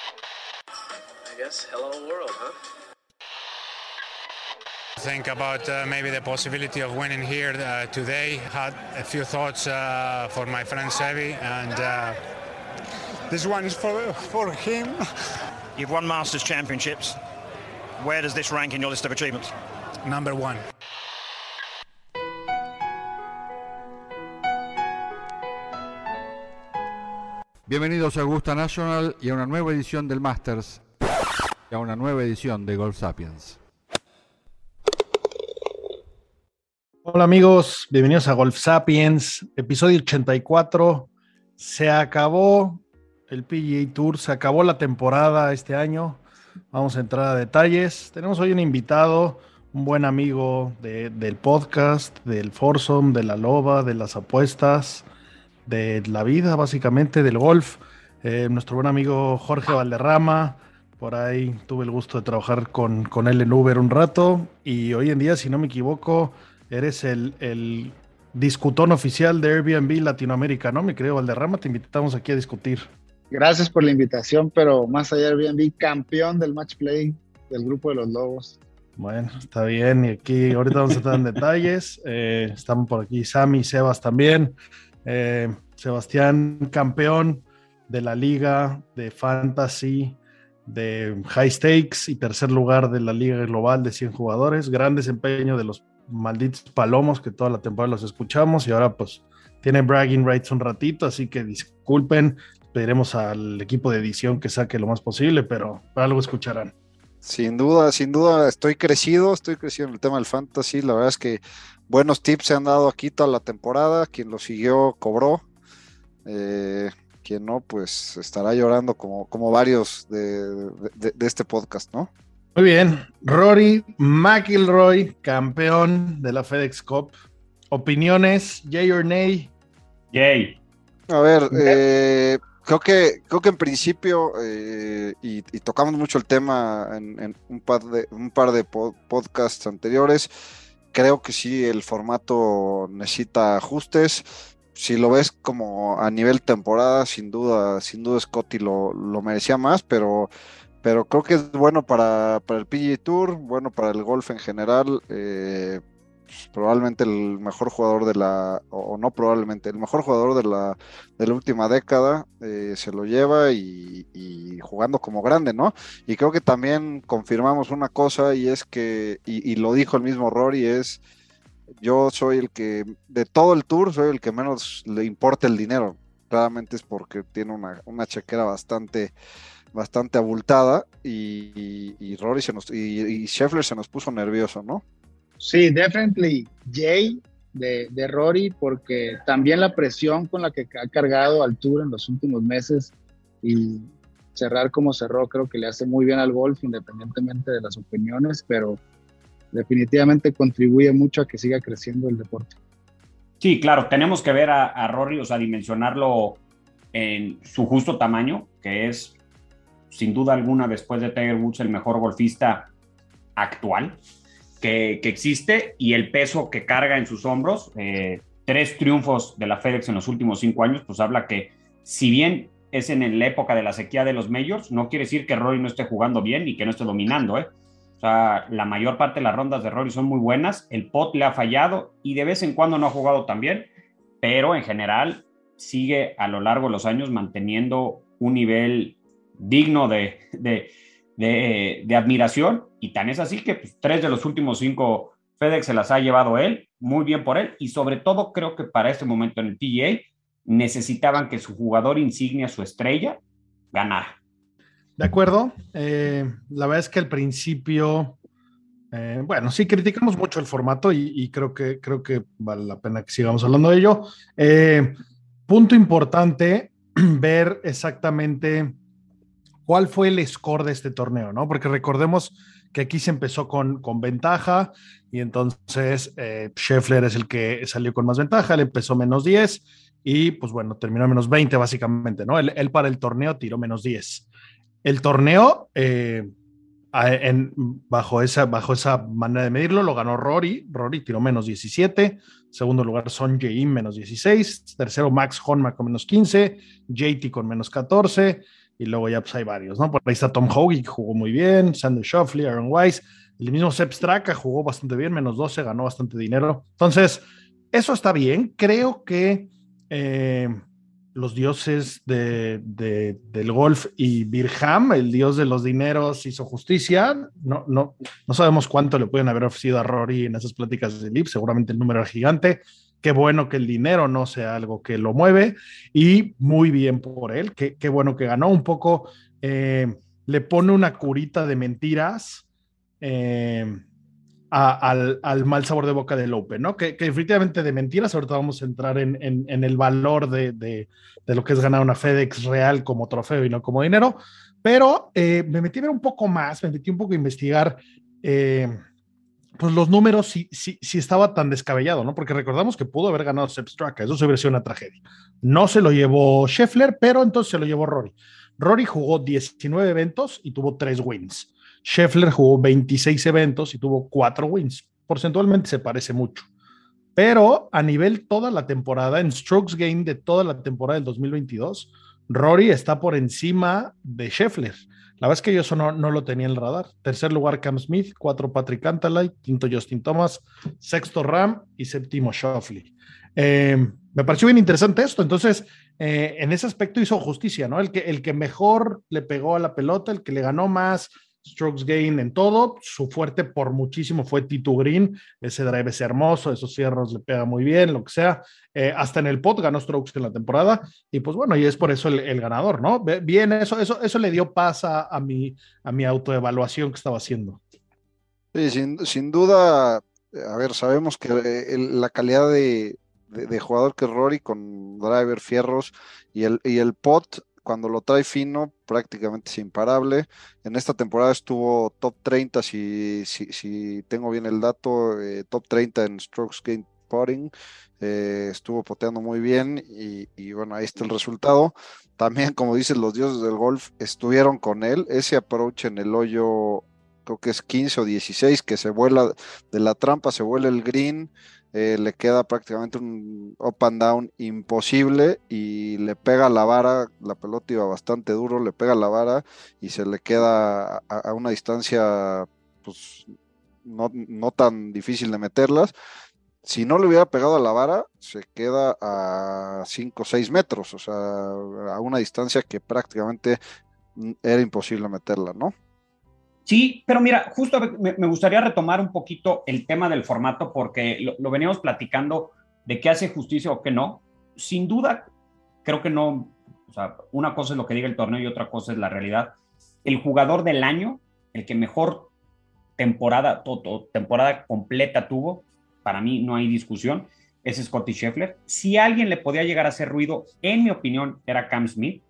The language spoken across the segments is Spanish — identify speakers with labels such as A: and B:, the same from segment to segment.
A: I guess hello world, huh?
B: Think about maybe the possibility of winning here today. Had a few thoughts for my friend Sevi, and this one is for him.
C: You've won Masters Championships. Where does this rank in your list of achievements?
B: Number one.
D: Bienvenidos a Augusta National y a una nueva edición del Masters y a una nueva edición de Golf Sapiens.
E: Hola amigos, bienvenidos a Golf Sapiens, episodio 84. Se acabó el PGA Tour, se acabó la temporada este año. Vamos a entrar a detalles. Tenemos hoy un invitado, un buen amigo del podcast, del foursome, de la loba, de las apuestas, de la vida básicamente, del golf. Nuestro buen amigo Jorge Valderrama. Por ahí tuve el gusto de trabajar con él en Uber un rato. Y hoy en día, si no me equivoco, eres el discutón oficial de Airbnb Latinoamérica, ¿no? Mi querido Valderrama, te invitamos aquí a discutir.
F: Gracias por la invitación, pero más allá de Airbnb, campeón del match play del grupo de los Lobos.
E: Bueno, está bien, y aquí ahorita vamos a entrar en detalles. Están por aquí Sammy, Sebas también. Sebastián, campeón de la liga de Fantasy de High Stakes y tercer lugar de la liga global de 100 jugadores. Gran desempeño de los malditos palomos que toda la temporada los escuchamos y ahora pues tiene bragging rights un ratito, así que disculpen, pediremos al equipo de edición que saque lo más posible, pero algo escucharán.
G: Sin duda, estoy crecido en el tema del fantasy. La verdad es que buenos tips se han dado aquí toda la temporada. Quien lo siguió cobró, quien no, pues estará llorando como varios de este podcast, ¿no?
E: Muy bien, Rory McIlroy, campeón de la FedEx Cup. Opiniones, yay or nay?
H: Yay.
G: A ver, creo que en principio, y tocamos mucho el tema en un par de podcasts anteriores, creo que sí, el formato necesita ajustes. Si lo ves como a nivel temporada, sin duda Scotty lo merecía más, pero creo que es bueno para el PGA Tour, bueno para el golf en general. Probablemente el mejor jugador el mejor jugador de la última década se lo lleva y jugando como grande, ¿no? Y creo que también confirmamos una cosa, y es que, y lo dijo el mismo Rory, yo soy el que, de todo el tour, soy el que menos le importa el dinero. Claramente es porque tiene una chequera bastante abultada, y Rory y Scheffler se nos puso nervioso, ¿no?
F: Sí, definitely Jay de Rory, porque también la presión con la que ha cargado al Tour en los últimos meses y cerrar como cerró, creo que le hace muy bien al golf, independientemente de las opiniones, pero definitivamente contribuye mucho a que siga creciendo el deporte.
H: Sí, claro, tenemos que ver a Rory, o sea, dimensionarlo en su justo tamaño, que es sin duda alguna, después de Tiger Woods, el mejor golfista actual que existe, y el peso que carga en sus hombros. 3 triunfos de la FedEx en los últimos 5 años, pues habla que, si bien es en la época de la sequía de los majors, no quiere decir que Rory no esté jugando bien y que no esté dominando, O sea, la mayor parte de las rondas de Rory son muy buenas, el pot le ha fallado y de vez en cuando no ha jugado tan bien, pero en general sigue a lo largo de los años manteniendo un nivel digno de admiración, y tan es así que pues, 3 de los últimos 5 FedEx se las ha llevado él. Muy bien por él, y sobre todo creo que para este momento en el PGA necesitaban que su jugador insignia, su estrella, ganara.
E: De acuerdo, la verdad es que al principio, bueno, sí criticamos mucho el formato y creo que vale la pena que sigamos hablando de ello. Punto importante, ver exactamente cuál fue el score de este torneo, ¿no? Porque recordemos que aquí se empezó con ventaja, y entonces Scheffler es el que salió con más ventaja, él empezó -10 y pues bueno, terminó -20 básicamente, ¿no? Él para el torneo tiró -10. El torneo, bajo esa manera de medirlo, lo ganó Rory. Rory tiró -17. Segundo lugar, Son Jae-im, -16. Tercero, Max Honma con -15. JT con -14. y luego ya pues hay varios, ¿no? Por ahí está Tom Hoge, que jugó muy bien, Sander Schauffele, Aaron Wise, el mismo Sepp Straka jugó bastante bien, -12, ganó bastante dinero. Entonces, eso está bien. Creo que los dioses del golf y Birham, el dios de los dineros, hizo justicia. No sabemos cuánto le pueden haber ofrecido a Rory en esas pláticas de LIV, seguramente el número era gigante. Qué bueno que el dinero no sea algo que lo mueve y muy bien por él, qué bueno que ganó un poco, le pone una curita de mentiras al mal sabor de boca del Open, ¿no? Que definitivamente de mentiras, ahorita vamos a entrar en el valor de lo que es ganar una FedEx real como trofeo y no como dinero, pero me metí a ver un poco más, me metí un poco a investigar pues los números si estaba tan descabellado, ¿no? Porque recordamos que pudo haber ganado Sepp Straka, eso se hubiera sido una tragedia. No se lo llevó Scheffler, pero entonces se lo llevó Rory. Rory jugó 19 eventos y tuvo 3 wins. Scheffler jugó 26 eventos y tuvo 4 wins. Porcentualmente se parece mucho. Pero a nivel toda la temporada, en strokes gain de toda la temporada del 2022, Rory está por encima de Scheffler. La verdad es que yo eso no lo tenía en el radar. Tercer lugar, Cam Smith. 4, Patrick Cantlay. Quinto, Justin Thomas. Sexto, Rahm. Y séptimo, Schauffele. Me pareció bien interesante esto. Entonces, en ese aspecto hizo justicia, ¿no? El que mejor le pegó a la pelota, el que le ganó más strokes gain en todo. Su fuerte por muchísimo fue T2 Green. Ese drive es hermoso, esos cierros le pega muy bien, lo que sea. Hasta en el pot ganó strokes en la temporada. Y pues bueno, y es por eso el ganador, ¿no? Bien, eso le dio paz a mi autoevaluación que estaba haciendo.
G: Sí, sin duda, a ver, sabemos que la calidad de jugador que es Rory con driver, fierros y el pot, cuando lo trae fino, prácticamente es imparable. En esta temporada estuvo top 30, si tengo bien el dato, top 30 en strokes gain putting. Estuvo poteando muy bien y bueno, ahí está el resultado. También, como dicen los dioses del golf, estuvieron con él. Ese approach en el hoyo, creo que es 15 o 16, que se vuela de la trampa, se vuela el green. Le queda prácticamente un up and down imposible y le pega la vara, la pelota iba bastante duro, le pega la vara y se le queda a una distancia pues no tan difícil de meterlas. Si no le hubiera pegado a la vara, se queda a 5 o 6 metros, o sea, a una distancia que prácticamente era imposible meterla, ¿no?
H: Sí, pero mira, justo me gustaría retomar un poquito el tema del formato porque lo veníamos platicando de qué hace justicia o qué no. Sin duda, creo que no, o sea, una cosa es lo que diga el torneo y otra cosa es la realidad. El jugador del año, el que mejor temporada completa tuvo, para mí no hay discusión, es Scottie Scheffler. Si alguien le podía llegar a hacer ruido, en mi opinión, era Cam Smith,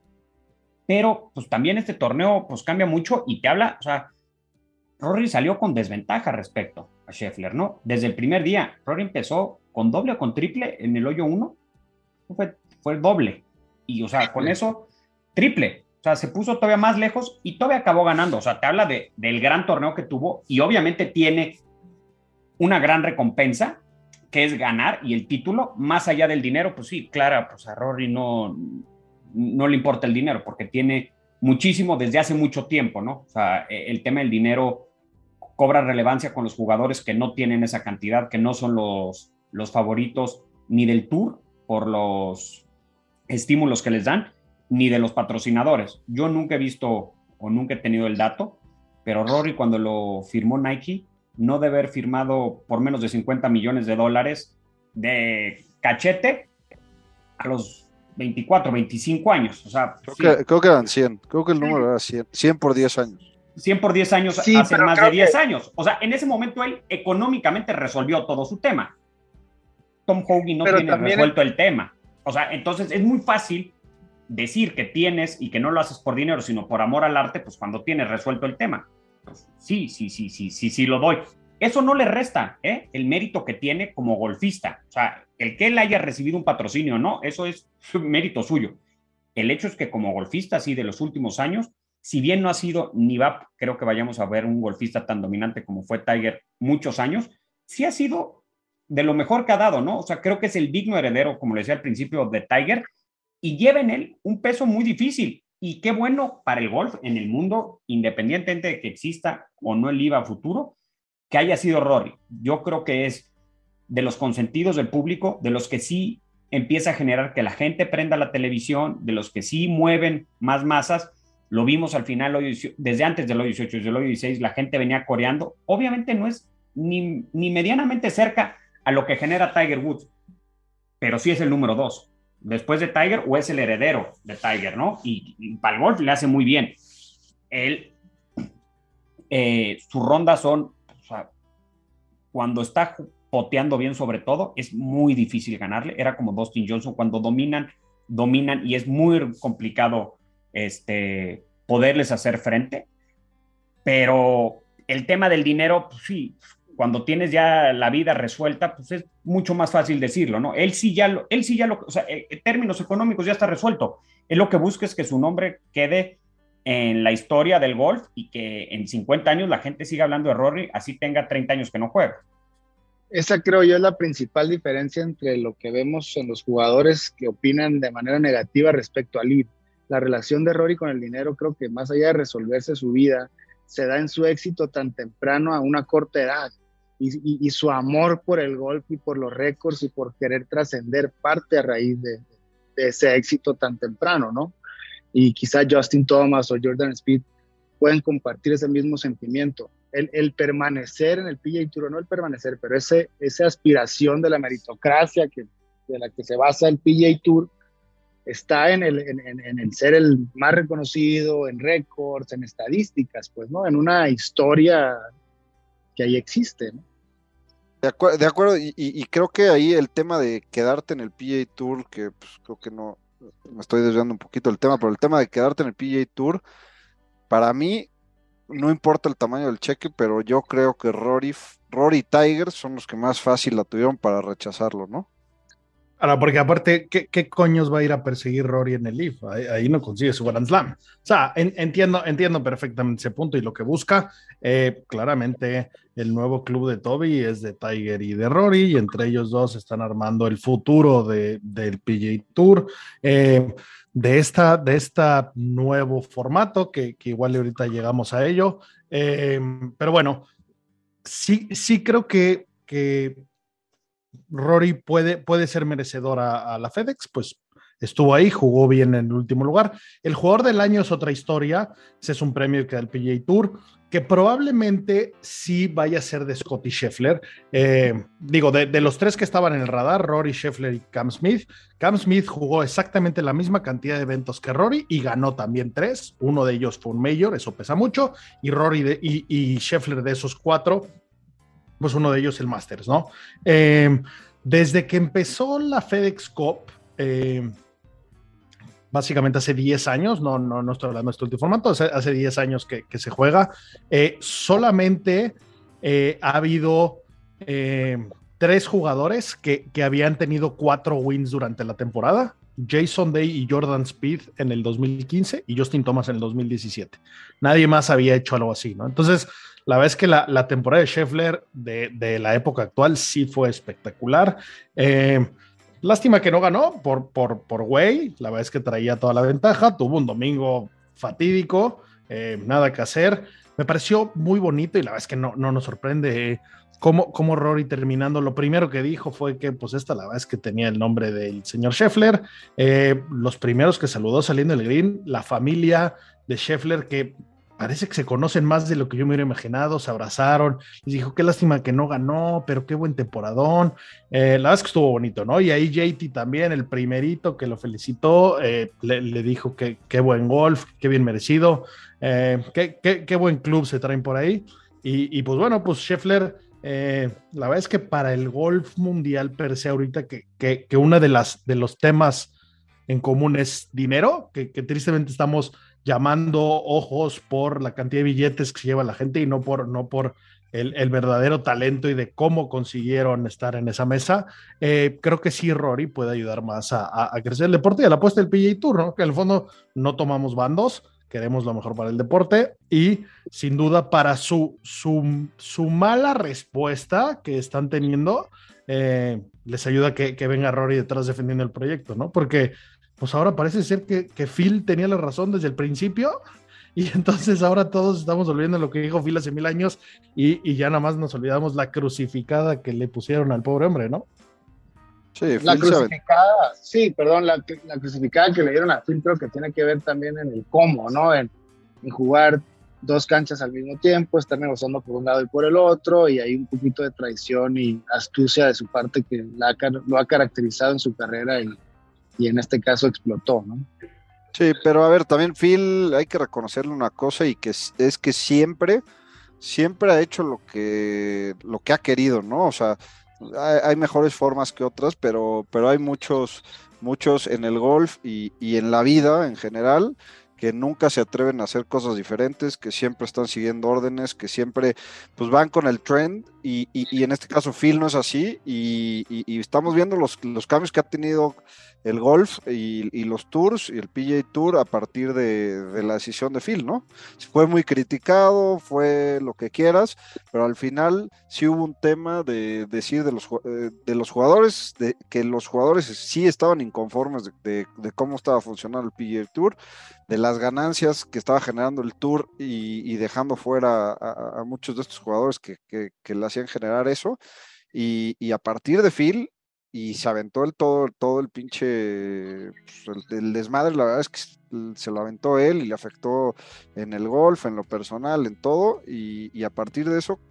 H: pero pues también este torneo pues cambia mucho y te habla, o sea, Rory salió con desventaja respecto a Scheffler, ¿no? Desde el primer día, Rory empezó con doble o con triple en el hoyo 1, fue doble, y o sea, con eso, triple, o sea, se puso todavía más lejos y todavía acabó ganando, o sea, te habla del gran torneo que tuvo y obviamente tiene una gran recompensa, que es ganar y el título, más allá del dinero, pues sí, claro, pues a Rory no le importa el dinero, porque tiene muchísimo desde hace mucho tiempo, ¿no? O sea, el tema del dinero cobra relevancia con los jugadores que no tienen esa cantidad, que no son los favoritos ni del Tour por los estímulos que les dan, ni de los patrocinadores. Yo nunca he visto o nunca he tenido el dato, pero Rory cuando lo firmó Nike, no debe haber firmado por menos de $50 millones de cachete a los 24, 25 años. O sea,
G: creo que eran 100, creo que el número era 100 por 10 años.
H: 100 por 10 años, sí, hace más de 10 años. O sea, en ese momento él económicamente resolvió todo su tema. Tom Hoge no tiene resuelto el tema. O sea, entonces es muy fácil decir que tienes y que no lo haces por dinero, sino por amor al arte, pues cuando tienes resuelto el tema. Pues, sí, lo doy. Eso no le resta el mérito que tiene como golfista. O sea, el que él haya recibido un patrocinio o no, eso es mérito suyo. El hecho es que como golfista, sí, de los últimos años, si bien no ha sido ni creo que vayamos a ver un golfista tan dominante como fue Tiger muchos años, sí ha sido de lo mejor que ha dado, ¿no? O sea, creo que es el digno heredero, como le decía al principio, de Tiger, y lleva en él un peso muy difícil. Y qué bueno para el golf en el mundo, independientemente de que exista o no el IVA futuro, que haya sido Rory. Yo creo que es de los consentidos del público, de los que sí empieza a generar que la gente prenda la televisión, de los que sí mueven más masas. Lo vimos al final, desde antes del hoyo 18, desde el hoyo 16, la gente venía coreando. Obviamente no es ni medianamente cerca a lo que genera Tiger Woods, pero sí es el número 2. Después de Tiger, o es el heredero de Tiger, ¿no? Y para el golf le hace muy bien. Él, sus rondas son, o sea, cuando está poteando bien sobre todo, es muy difícil ganarle. Era como Dustin Johnson, cuando dominan y es muy complicado poderles hacer frente. Pero el tema del dinero, pues sí, cuando tienes ya la vida resuelta, pues es mucho más fácil decirlo, ¿no? Él sí ya lo, o sea, en términos económicos ya está resuelto. Él lo que busca es que su nombre quede en la historia del golf y que en 50 años la gente siga hablando de Rory, así tenga 30 años que no juega.
F: Esa creo yo es la principal diferencia entre lo que vemos en los jugadores que opinan de manera negativa respecto al LIV. La relación de Rory con el dinero, creo que más allá de resolverse su vida, se da en su éxito tan temprano a una corta edad. Y su amor por el golf y por los récords y por querer trascender parte a raíz de ese éxito tan temprano, ¿no? Y quizá Justin Thomas o Jordan Spieth pueden compartir ese mismo sentimiento. El permanecer en el PGA Tour, no el permanecer, pero esa aspiración de la meritocracia de la que se basa el PGA Tour, está en el ser el más reconocido, en récords, en estadísticas, pues, ¿no? En una historia que ahí existe, ¿no?
G: De acuerdo, y creo que ahí el tema de quedarte en el PGA Tour, que pues, creo que no, me estoy desviando un poquito del tema, pero el tema de quedarte en el PGA Tour, para mí, no importa el tamaño del cheque, pero yo creo que Rory y Tiger son los que más fácil la tuvieron para rechazarlo, ¿no?
E: Ahora, porque aparte, ¿qué coños va a ir a perseguir Rory en el LIV? Ahí no consigue su Grand Slam. O sea, entiendo perfectamente ese punto y lo que busca. Claramente, el nuevo club de Toby es de Tiger y de Rory, y entre ellos dos están armando el futuro del PGA Tour. De esta nuevo formato, que igual ahorita llegamos a ello. Pero bueno, sí creo que Rory puede ser merecedor a la FedEx, pues estuvo ahí, jugó bien en el último lugar. El jugador del año es otra historia, ese es un premio que da el PGA Tour, que probablemente sí vaya a ser de Scottie Scheffler. Digo, de los tres que estaban en el radar, Rory, Scheffler y Cam Smith. Cam Smith jugó exactamente la misma cantidad de eventos que Rory y ganó también 3. Uno de ellos fue un Major, eso pesa mucho, y Rory y Scheffler, de esos 4, pues uno de ellos el Masters, ¿no? Desde que empezó la FedEx Cup, básicamente hace 10 años, no estoy hablando de este último formato, hace 10 años que se juega, solamente ha habido 3 jugadores que habían tenido 4 wins durante la temporada: Jason Day y Jordan Spieth en el 2015 y Justin Thomas en el 2017. Nadie más había hecho algo así, ¿no? Entonces, la verdad es que la temporada de Scheffler de la época actual sí fue espectacular. Lástima que no ganó por güey. La verdad es que traía toda la ventaja. Tuvo un domingo fatídico, nada que hacer. Me pareció muy bonito y la verdad es que no nos sorprende cómo Rory, terminando, lo primero que dijo fue que pues la verdad es que tenía el nombre del señor Scheffler. Los primeros que saludó saliendo del green, la familia de Scheffler, que parece que se conocen más de lo que yo me hubiera imaginado, se abrazaron, les dijo qué lástima que no ganó, pero qué buen temporadón. La verdad es que estuvo bonito, ¿no? Y ahí JT también, el primerito que lo felicitó, le dijo que qué buen golf, qué bien merecido, qué buen club se traen por ahí. Y pues bueno, pues Scheffler, la verdad es que para el golf mundial per se ahorita, que uno de los temas en común es dinero, que tristemente estamos llamando ojos por la cantidad de billetes que se lleva la gente y no por el verdadero talento y de cómo consiguieron estar en esa mesa. Creo que sí, Rory puede ayudar más a crecer el deporte y a la apuesta del PGA Tour, ¿no? Que en el fondo no tomamos bandos, queremos lo mejor para el deporte y sin duda para su mala respuesta que están teniendo, les ayuda que venga Rory detrás defendiendo el proyecto, ¿no? Porque pues ahora parece ser que Phil tenía la razón desde el principio, y entonces ahora todos estamos olvidando lo que dijo Phil hace 1000 años, y ya nada más nos olvidamos la crucificada que le pusieron al pobre hombre, ¿no?
G: Sí,
F: La
G: Phil
F: crucificada, sí, perdón, la crucificada que le dieron a Phil creo que tiene que ver también en el cómo, ¿no? En jugar 2 canchas al mismo tiempo, estar negociando por un lado y por el otro, y hay un poquito de traición y astucia de su parte que lo ha caracterizado en su carrera y en este caso explotó, ¿no?
G: Sí, pero a ver, también Phil, hay que reconocerle una cosa y que es que siempre ha hecho lo que ha querido, ¿no? O sea, hay mejores formas que otras, pero hay muchos en el golf y en la vida en general que nunca se atreven a hacer cosas diferentes, que siempre están siguiendo órdenes, que siempre pues van con el trend, y en este caso Phil no es así, y estamos viendo los cambios que ha tenido el golf y los tours y el PGA Tour a partir de la decisión de Phil, ¿no? Fue muy criticado, fue lo que quieras, pero al final sí hubo un tema de decir de los jugadores, de que los jugadores sí estaban inconformes de cómo estaba funcionando el PGA Tour, de las ganancias que estaba generando el Tour y dejando fuera a muchos de estos jugadores que le hacían generar eso, y a partir de Phil, y se aventó todo el pinche, pues, el desmadre, la verdad es que se lo aventó él y le afectó en el golf, en lo personal, en todo, y a partir de eso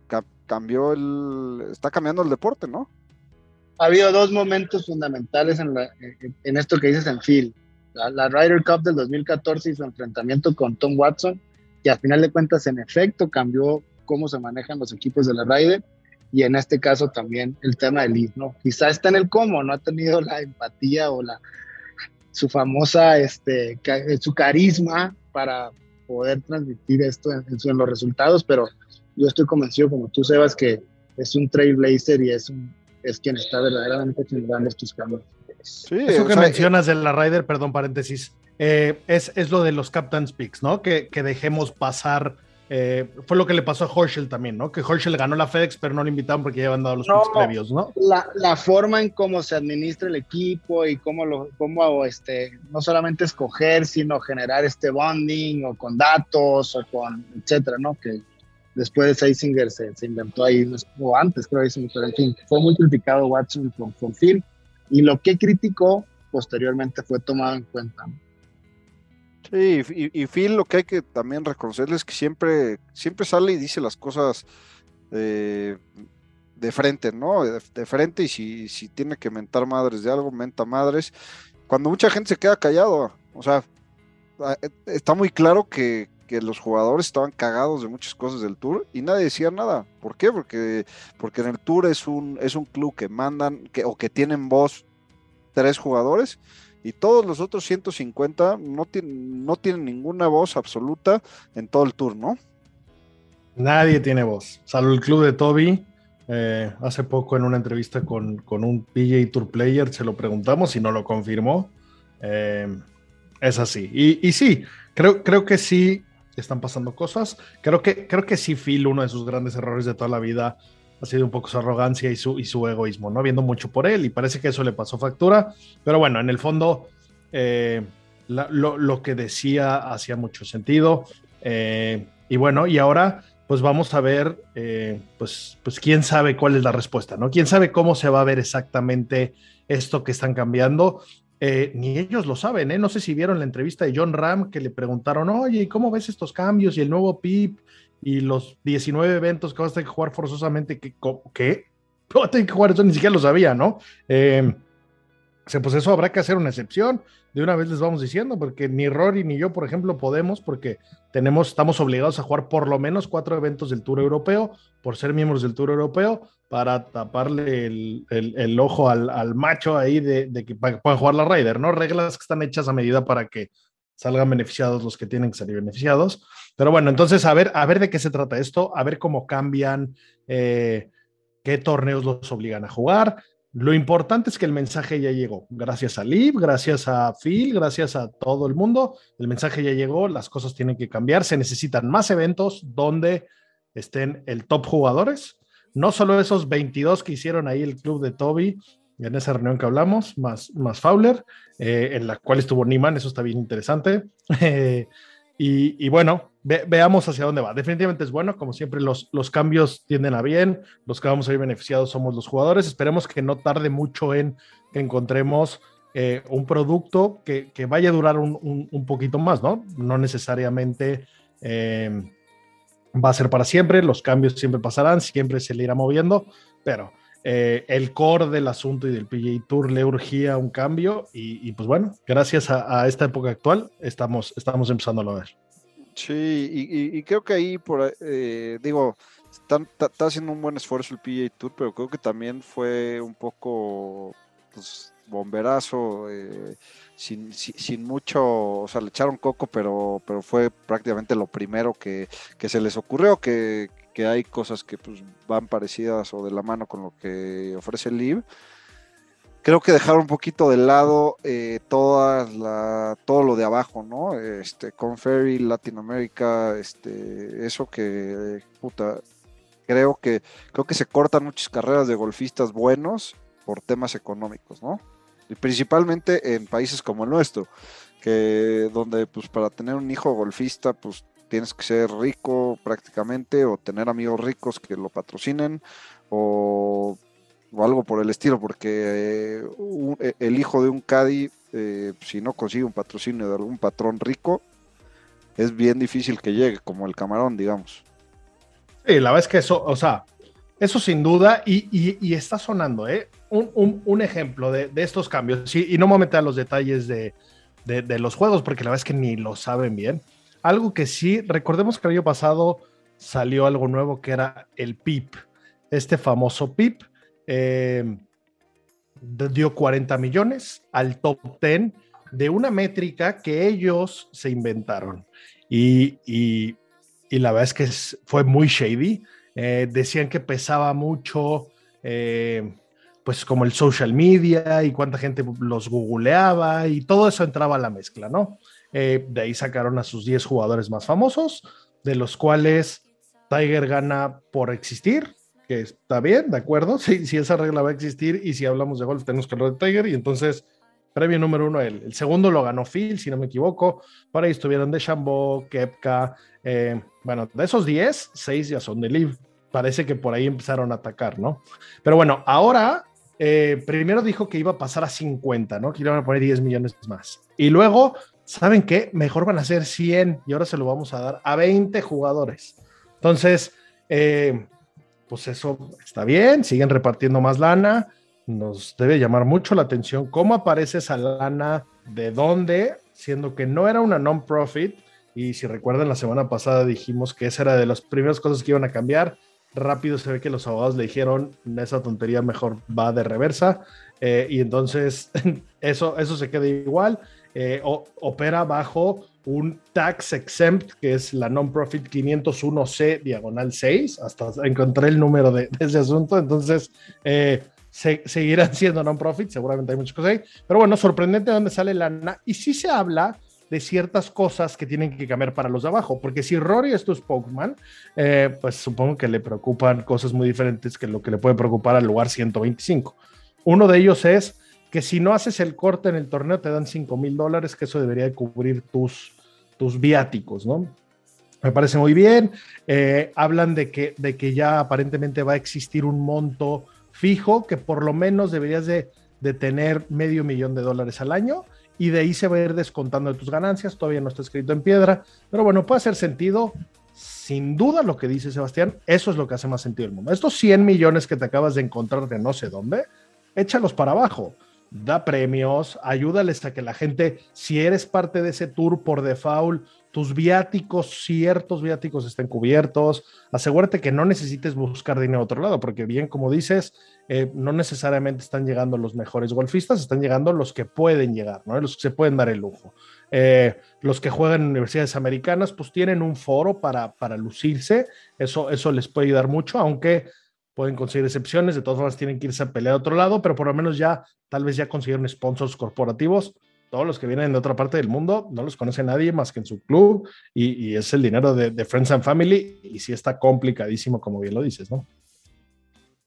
G: está cambiando el deporte, ¿no?
F: Ha habido 2 momentos fundamentales en esto que dices en Phil. La Ryder Cup del 2014 y su enfrentamiento con Tom Watson, que al final de cuentas en efecto cambió cómo se manejan los equipos de la Ryder, y en este caso también el tema de Liz, ¿no? Quizá está en el cómo, no ha tenido la empatía o su famosa, su carisma para poder transmitir esto en los resultados, pero yo estoy convencido, como tú, Sebas, que es un trailblazer y es quien está verdaderamente generando estos cambios.
E: Sí, eso que mencionas de la Ryder, perdón, paréntesis, es lo de los Captain's Picks, ¿no? Que dejemos pasar. Fue lo que le pasó a Horschel también, ¿no? Que Horschel ganó la FedEx, pero no le invitaron porque ya habían dado los picks previos, ¿no?
F: La forma en cómo se administra el equipo y cómo no solamente escoger, sino generar bonding, o con datos, o con etcétera, ¿no? Que después de Seisinger se inventó ahí, o antes creo que pero en fin, fue muy criticado Watson con Phil, y lo que criticó posteriormente fue tomado en cuenta, ¿no?
G: Sí, y Phil, lo que hay que también reconocerle es que siempre sale y dice las cosas de frente, ¿no? De frente, y si tiene que mentar madres de algo, menta madres. Cuando mucha gente se queda callado, o sea, está muy claro que los jugadores estaban cagados de muchas cosas del Tour y nadie decía nada. ¿Por qué? Porque en el Tour es un club que mandan, o que tienen voz 3 jugadores, y todos los otros 150 no tienen ninguna voz absoluta en todo el Tour, ¿no?
E: Nadie tiene voz, salvo el club de Toby. Hace poco en una entrevista con un PGA Tour player se lo preguntamos y no lo confirmó. Es así. Y sí, creo que sí están pasando cosas. Creo que sí, Phil, uno de sus grandes errores de toda la vida ha sido un poco su arrogancia y su egoísmo, ¿no? Viendo mucho por él, y parece que eso le pasó factura. Pero bueno, en el fondo, lo que decía hacía mucho sentido. Y bueno, y ahora pues vamos a ver, pues quién sabe cuál es la respuesta, ¿no? Quién sabe cómo se va a ver exactamente esto que están cambiando. Ni ellos lo saben, ¿eh? No sé si vieron la entrevista de John Ram, que le preguntaron, oye, ¿cómo ves estos cambios y el nuevo PIP y los 19 eventos que vas a tener que jugar forzosamente? ¿Qué? Vas a tener que jugar eso, ni siquiera lo sabía, ¿no? Pues eso habrá que hacer una excepción. De una vez les vamos diciendo, porque ni Rory ni yo, por ejemplo, podemos, porque estamos obligados a jugar por lo menos 4 eventos del Tour Europeo, por ser miembros del Tour Europeo, para taparle el ojo al macho ahí de que puedan jugar la Ryder, ¿no? Reglas que están hechas a medida para que salgan beneficiados los que tienen que salir beneficiados. Pero bueno, entonces a ver de qué se trata esto, a ver cómo cambian, qué torneos los obligan a jugar. Lo importante es que el mensaje ya llegó, gracias a Liv, gracias a Phil, gracias a todo el mundo. El mensaje ya llegó, las cosas tienen que cambiar, se necesitan más eventos donde estén el top jugadores, no solo esos 22 que hicieron ahí el club de Toby, en esa reunión que hablamos, más Fowler, en la cual estuvo Niemann, eso está bien interesante. Y bueno, veamos hacia dónde va. Definitivamente es bueno, como siempre los cambios tienden a bien, los que vamos a ir beneficiados somos los jugadores. Esperemos que no tarde mucho en que encontremos un producto que vaya a durar un poquito más, ¿no? No necesariamente va a ser para siempre, los cambios siempre pasarán, siempre se le irá moviendo, pero el core del asunto y del PGA Tour le urgía un cambio y pues bueno, gracias a esta época actual estamos empezando a ver.
G: Sí, y creo que ahí, digo, está haciendo un buen esfuerzo el PGA Tour, pero creo que también fue un poco pues, bomberazo, sin mucho, o sea, le echaron coco, pero fue prácticamente lo primero que se les ocurrió, que hay cosas que pues, van parecidas o de la mano con lo que ofrece el LIV. Creo que dejaron un poquito de lado todo lo de abajo, ¿no? Con Ferry, Latinoamérica, eso que, puta, creo que se cortan muchas carreras de golfistas buenos por temas económicos, ¿no? Y principalmente en países como el nuestro, donde pues para tener un hijo golfista, pues tienes que ser rico prácticamente, o tener amigos ricos que lo patrocinen, o algo por el estilo, porque el hijo de un caddy, si no consigue un patrocinio de algún patrón rico, es bien difícil que llegue, como el Camarón, digamos.
E: Sí, la verdad es que eso, o sea, eso sin duda, y está sonando, un ejemplo de estos cambios, y no me voy a meter a los detalles de los juegos, porque la verdad es que ni lo saben bien. Algo que sí, recordemos que el año pasado salió algo nuevo que era el PIP, este famoso PIP, dio 40 millones al top 10 de una métrica que ellos se inventaron. Y la verdad es que fue muy shady. Decían que pesaba mucho, pues como el social media y cuánta gente los googleaba y todo eso entraba a la mezcla, ¿no? De ahí sacaron a sus 10 jugadores más famosos, de los cuales Tiger gana por existir, que está bien, de acuerdo, si esa regla va a existir y si hablamos de golf tenemos que hablar de Tiger, y entonces premio número 1 él. El segundo lo ganó Phil, si no me equivoco. Por ahí estuvieron DeChambeau, Koepka, bueno, de esos 10, 6 ya son de LIV. Parece que por ahí empezaron a atacar, ¿no? Pero bueno, ahora primero dijo que iba a pasar a 50, ¿no? Que iban a poner 10 millones más. Y luego, ¿saben qué? Mejor van a ser 100 y ahora se lo vamos a dar a 20 jugadores. Entonces, pues eso está bien, siguen repartiendo más lana. Nos debe llamar mucho la atención cómo aparece esa lana, de dónde, siendo que no era una non-profit. Y si recuerdan, la semana pasada dijimos que esa era de las primeras cosas que iban a cambiar. Rápido se ve que los abogados le dijeron, esa tontería mejor va de reversa, y entonces eso se queda igual. Opera bajo un tax exempt, que es la non-profit 501C/6, hasta encontré el número de ese asunto. Entonces seguirán siendo non-profit, seguramente hay muchas cosas ahí, pero bueno, sorprendente de dónde sale lana. Y sí se habla de ciertas cosas que tienen que cambiar para los de abajo, porque si Rory es tu spokesman, pues supongo que le preocupan cosas muy diferentes que lo que le puede preocupar al lugar 125. Uno de ellos es que si no haces el corte en el torneo te dan $5,000, que eso debería de cubrir tus viáticos, ¿no? Me parece muy bien. Hablan de que ya aparentemente va a existir un monto fijo, que por lo menos deberías de tener $500,000 al año, y de ahí se va a ir descontando de tus ganancias. Todavía no está escrito en piedra, pero bueno, puede hacer sentido. Sin duda lo que dice Sebastián, eso es lo que hace más sentido del mundo. Estos 100 millones que te acabas de encontrar de no sé dónde, échalos para abajo, da premios, ayúdales a que la gente, si eres parte de ese tour por default, tus viáticos, ciertos viáticos estén cubiertos. Asegúrate que no necesites buscar dinero a otro lado, porque bien, como dices, no necesariamente están llegando los mejores golfistas, están llegando los que pueden llegar, ¿no? Los que se pueden dar el lujo. Los que juegan en universidades americanas, pues tienen un foro para lucirse, eso les puede ayudar mucho, aunque pueden conseguir excepciones, de todas formas tienen que irse a pelear a otro lado, pero por lo menos ya, tal vez ya consiguieron sponsors corporativos. Todos los que vienen de otra parte del mundo no los conoce nadie más que en su club, y es el dinero de Friends and Family, y sí está complicadísimo, como bien lo dices, ¿no?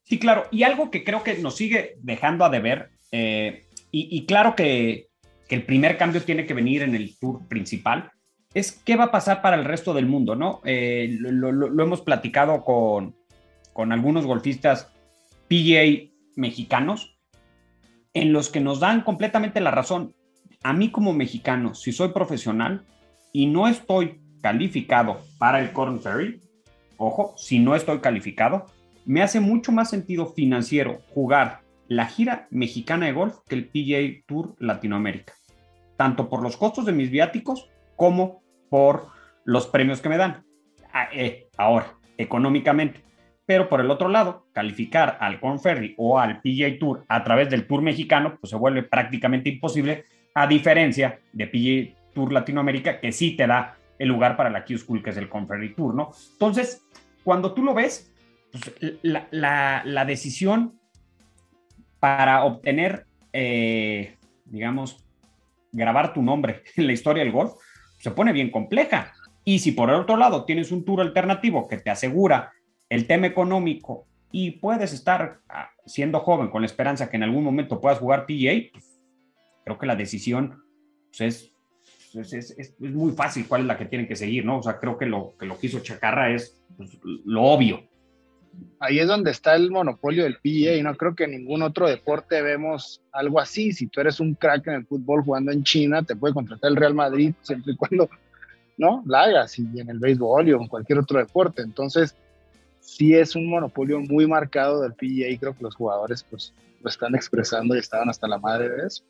H: Sí, claro, y algo que creo que nos sigue dejando a deber, y claro que el primer cambio tiene que venir en el tour principal, es qué va a pasar para el resto del mundo, ¿no? Lo hemos platicado con algunos golfistas PGA mexicanos, en los que nos dan completamente la razón. A mí como mexicano, si soy profesional y no estoy calificado para el Korn Ferry, ojo, si no estoy calificado, me hace mucho más sentido financiero jugar la gira mexicana de golf que el PGA Tour Latinoamérica, tanto por los costos de mis viáticos como por los premios que me dan. Ahora, económicamente. Pero por el otro lado, calificar al Korn Ferry o al PGA Tour a través del Tour mexicano, pues se vuelve prácticamente imposible, a diferencia de PGA Tour Latinoamérica, que sí te da el lugar para la Q-School, que es el Korn Ferry Tour, ¿no? Entonces, cuando tú lo ves, pues, la decisión para obtener, digamos, grabar tu nombre en la historia del golf, se pone bien compleja. Y si por el otro lado tienes un tour alternativo que te asegura el tema económico y puedes estar siendo joven con la esperanza que en algún momento puedas jugar PGA, pues, creo que la decisión pues, es muy fácil cuál es la que tienen que seguir, ¿no? O sea, creo que lo que hizo Chacarra es pues, lo obvio.
F: Ahí es donde está el monopolio del PGA, y no creo que en ningún otro deporte vemos algo así. Si tú eres un crack en el fútbol jugando en China, te puede contratar el Real Madrid siempre y cuando no la hagas, y en el béisbol o en cualquier otro deporte. Entonces, sí es un monopolio muy marcado del PGA, y creo que los jugadores pues lo están expresando y estaban hasta la madre de eso.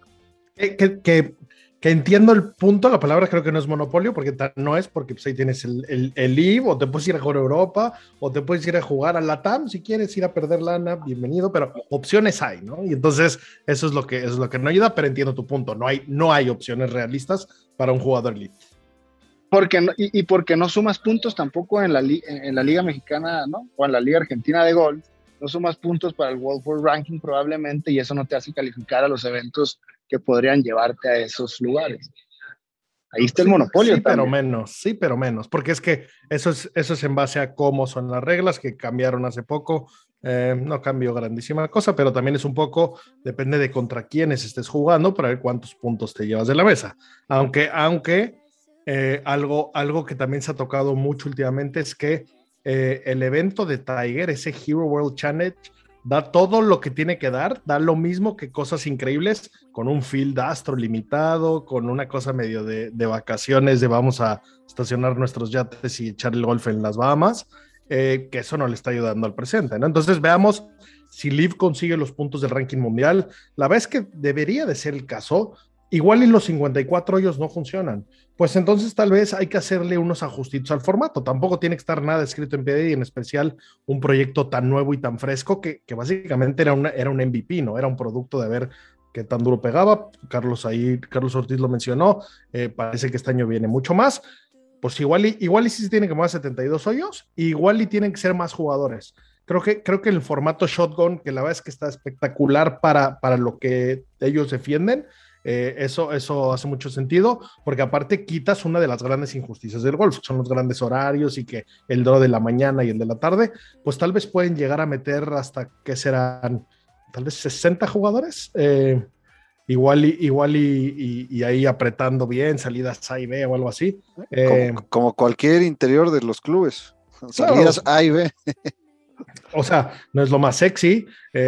E: Que entiendo el punto, la palabra creo que no es monopolio, porque no es, porque pues ahí tienes el LIV, o te puedes ir a jugar a Europa, o te puedes ir a jugar a LATAM, si quieres ir a perder lana, bienvenido, pero opciones hay, ¿no? Y entonces eso es lo que no ayuda, pero entiendo tu punto, no hay opciones realistas para un jugador elite.
F: Porque no sumas puntos tampoco en la Liga Mexicana, ¿no? O en la Liga Argentina de Golf, no sumas puntos para el World Tour Ranking probablemente, y eso no te hace calificar a los eventos que podrían llevarte a esos lugares. Ahí está el monopolio.
E: Sí, pero menos, porque es que eso es en base a cómo son las reglas que cambiaron hace poco. No cambió grandísima cosa, pero también es un poco, depende de contra quiénes estés jugando para ver cuántos puntos te llevas de la mesa. Aunque algo que también se ha tocado mucho últimamente es que el evento de Tiger, ese Hero World Challenge, da todo lo que tiene que dar, da lo mismo que cosas increíbles, con un field astro limitado, con una cosa medio de vacaciones, de vamos a estacionar nuestros yates y echar el golf en las Bahamas, que eso no le está ayudando al presente, ¿no? Entonces veamos si LIV consigue los puntos del ranking mundial. La verdad es que debería de ser el caso. Igual y los 54 hoyos no funcionan, pues entonces tal vez hay que hacerle unos ajustitos al formato. Tampoco tiene que estar nada escrito en piedra, y en especial un proyecto tan nuevo y tan fresco que básicamente era un MVP, ¿no? Era un producto de ver qué tan duro pegaba. Carlos Ortiz lo mencionó, parece que este año viene mucho más. Pues igual y sí se tienen que mover 72 hoyos, igual y tienen que ser más jugadores. Creo que el formato shotgun, que la verdad es que está espectacular para lo que ellos defienden, eso hace mucho sentido, porque aparte quitas una de las grandes injusticias del golf, que son los grandes horarios, y que el draw de la mañana y el de la tarde, pues tal vez pueden llegar a meter hasta, ¿qué serán? Tal vez 60 jugadores, igual y ahí apretando bien, salidas A y B o algo así.
G: Como cualquier interior de los clubes, salidas A y B.
E: O sea, no es lo más sexy,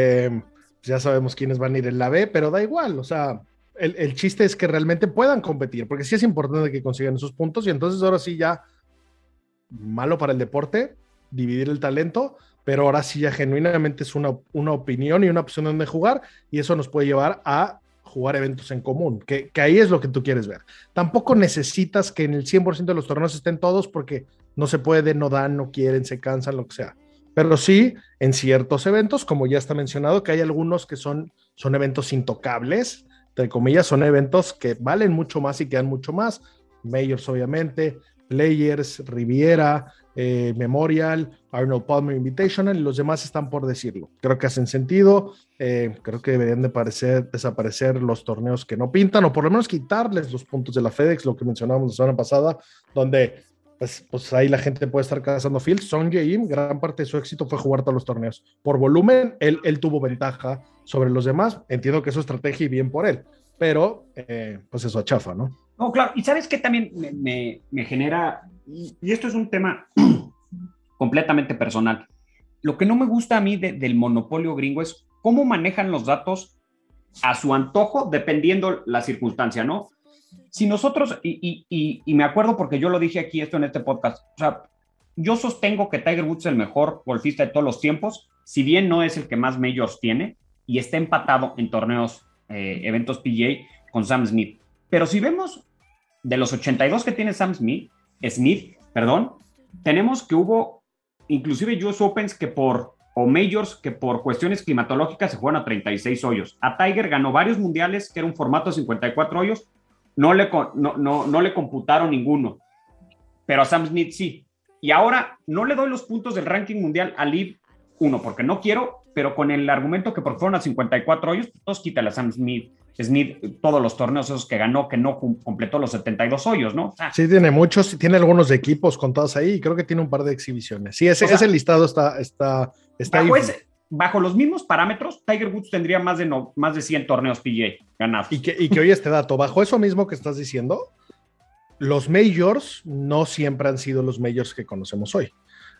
E: ya sabemos quiénes van a ir en la B, pero da igual, o sea, el chiste es que realmente puedan competir, porque sí es importante que consigan esos puntos, y entonces ahora sí ya, malo para el deporte, dividir el talento, pero ahora sí ya genuinamente es una opinión y una opción donde jugar, y eso nos puede llevar a jugar eventos en común, que ahí es lo que tú quieres ver. Tampoco necesitas que en el 100% de los torneos estén todos, porque no se puede, no dan, no quieren, se cansan, lo que sea. Pero sí, en ciertos eventos, como ya está mencionado, que hay algunos que son eventos intocables, entre comillas, son eventos que valen mucho más y quedan mucho más. Majors, obviamente, Players, Riviera, Memorial, Arnold Palmer Invitational, y los demás están por decirlo. Creo que hacen sentido. Creo que deberían desaparecer los torneos que no pintan, o por lo menos quitarles los puntos de la FedEx, lo que mencionábamos la semana pasada, donde pues ahí la gente puede estar cazando fields. Sung Jae-im, gran parte de su éxito fue jugar todos los torneos. Por volumen, él tuvo ventaja sobre los demás. Entiendo que es su estrategia y bien por él, pero pues eso achafa, ¿no?
H: No, claro, y ¿sabes qué también me genera? Y esto es un tema completamente personal. Lo que no me gusta a mí del monopolio gringo es cómo manejan los datos a su antojo, dependiendo la circunstancia, ¿no? Si nosotros, y me acuerdo porque yo lo dije aquí esto en este podcast, o sea, yo sostengo que Tiger Woods es el mejor golfista de todos los tiempos, si bien no es el que más majors tiene, y está empatado en torneos, eventos PGA con Sam Smith. Pero si vemos de los 82 que tiene Sam Smith, tenemos que hubo inclusive US Opens o majors que por cuestiones climatológicas se juegan a 36 hoyos. A Tiger ganó varios mundiales que era un formato de 54 hoyos, no le computaron ninguno, pero a Sam Smith sí. Y ahora no le doy los puntos del ranking mundial a LIV, porque no quiero, pero con el argumento que porque fueron a 54 hoyos, pues quítale a Sam Smith todos los torneos esos que ganó, que no completó los 72 hoyos, ¿no?
E: Sí, tiene muchos, tiene algunos equipos contados ahí y creo que tiene un par de exhibiciones. Sí, ese listado está
H: bajo los mismos parámetros, Tiger Woods tendría más de 100 torneos PGA ganados.
E: Y que oye este dato, bajo eso mismo que estás diciendo, los majors no siempre han sido los majors que conocemos hoy.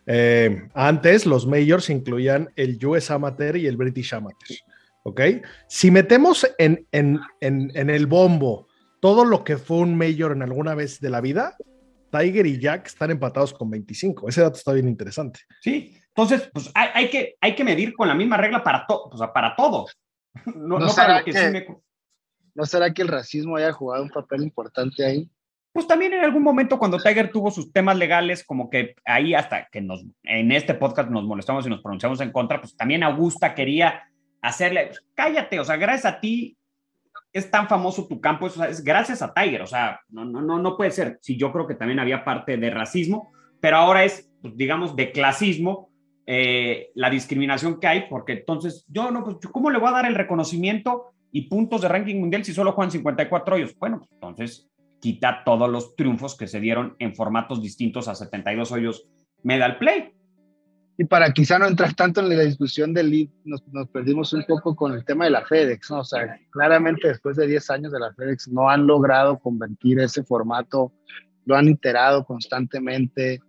E: Antes los majors incluían el US Amateur y el British Amateur. ¿Ok? Si metemos en el bombo todo lo que fue un major en alguna vez de la vida, Tiger y Jack están empatados con 25. Ese dato está bien interesante.
H: Sí, entonces pues hay que medir con la misma regla para todos.
F: ¿No será que el racismo haya jugado un papel importante ahí?
H: Pues también en algún momento cuando Tiger tuvo sus temas legales, como que ahí hasta que en este podcast nos molestamos y nos pronunciamos en contra, pues también Augusta quería hacerle, cállate, o sea, gracias a ti es tan famoso tu campo, es gracias a Tiger, o sea, no puede ser. Sí, yo creo que también había parte de racismo, pero ahora es, pues, digamos, de clasismo, la discriminación que hay, porque entonces, ¿cómo le voy a dar el reconocimiento y puntos de ranking mundial si solo juegan 54 hoyos? Bueno, pues, entonces quita todos los triunfos que se dieron en formatos distintos a 72 hoyos Medal Play.
F: Y para quizá no entrar tanto en la discusión del LIV, nos perdimos un poco con el tema de la FedEx, ¿no? O sea, claramente después de 10 años de la FedEx no han logrado convertir ese formato, lo han iterado constantemente,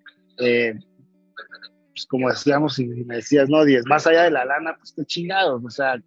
F: pues como decíamos y me decías, ¿no? 10, más allá de la lana, pues qué chingados, o sea,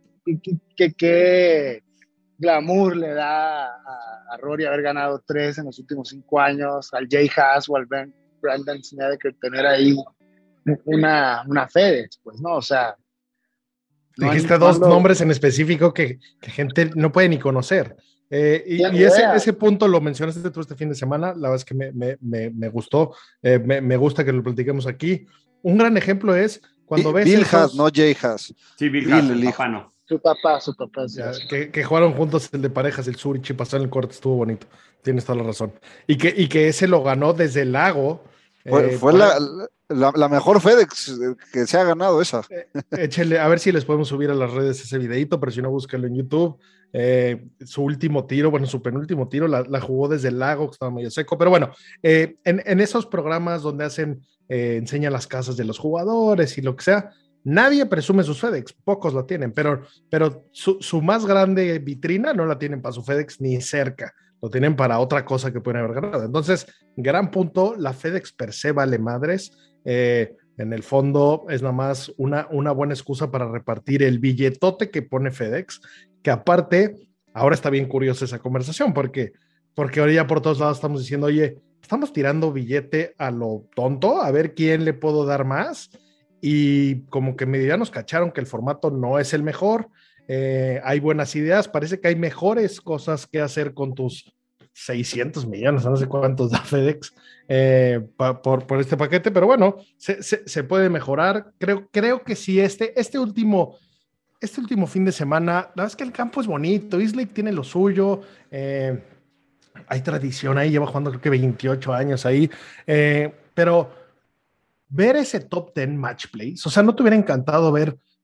F: qué glamour le da a Rory haber ganado 3 en los últimos 5 años, al Jay Haas o al Brandon Snedeker tener ahí una FedEx, pues, ¿no? O sea...
E: Dijiste dos nombres en específico que gente no puede ni conocer. Y ese punto lo mencionaste tú este fin de semana, la verdad es que me gustó, me gusta que lo platiquemos aquí. Un gran ejemplo es cuando ves...
G: Bill Haas, no Jay Haas.
H: Sí, Bill Haas, el papá no.
F: Su papá.
E: Ya, que jugaron juntos el de parejas, el Zurich, y pasaron el corte, estuvo bonito. Tienes toda la razón. Y que ese lo ganó desde el lago.
G: Fue la mejor FedEx que se ha ganado esa.
E: Échale, a ver si les podemos subir a las redes ese videito, pero si no, búsquenlo en YouTube. Su último tiro, su penúltimo tiro, la jugó desde el lago, que estaba medio seco. Pero bueno, en esos programas donde enseñan las casas de los jugadores y lo que sea, nadie presume sus FedEx, pocos la tienen, pero su más grande vitrina no la tienen para su FedEx ni cerca. Lo tienen para otra cosa que pueden haber ganado. Entonces, gran punto, la FedEx per se vale madres. En el fondo es nada más una buena excusa para repartir el billetote que pone FedEx, que aparte, ahora está bien curiosa esa conversación, porque ahora ya por todos lados estamos diciendo, oye, estamos tirando billete a lo tonto, a ver quién le puedo dar más, y como que medio ya nos cacharon que el formato no es el mejor. Hay buenas ideas, parece que hay mejores cosas que hacer con tus 600 millones, no sé cuántos da FedEx por este paquete, pero bueno, se puede mejorar. Creo que sí, este último fin de semana, la verdad es que el campo es bonito, East Lake tiene lo suyo, hay tradición ahí, lleva jugando creo que 28 años ahí, pero ver ese top 10 match plays, o sea, ¿no te hubiera encantado ver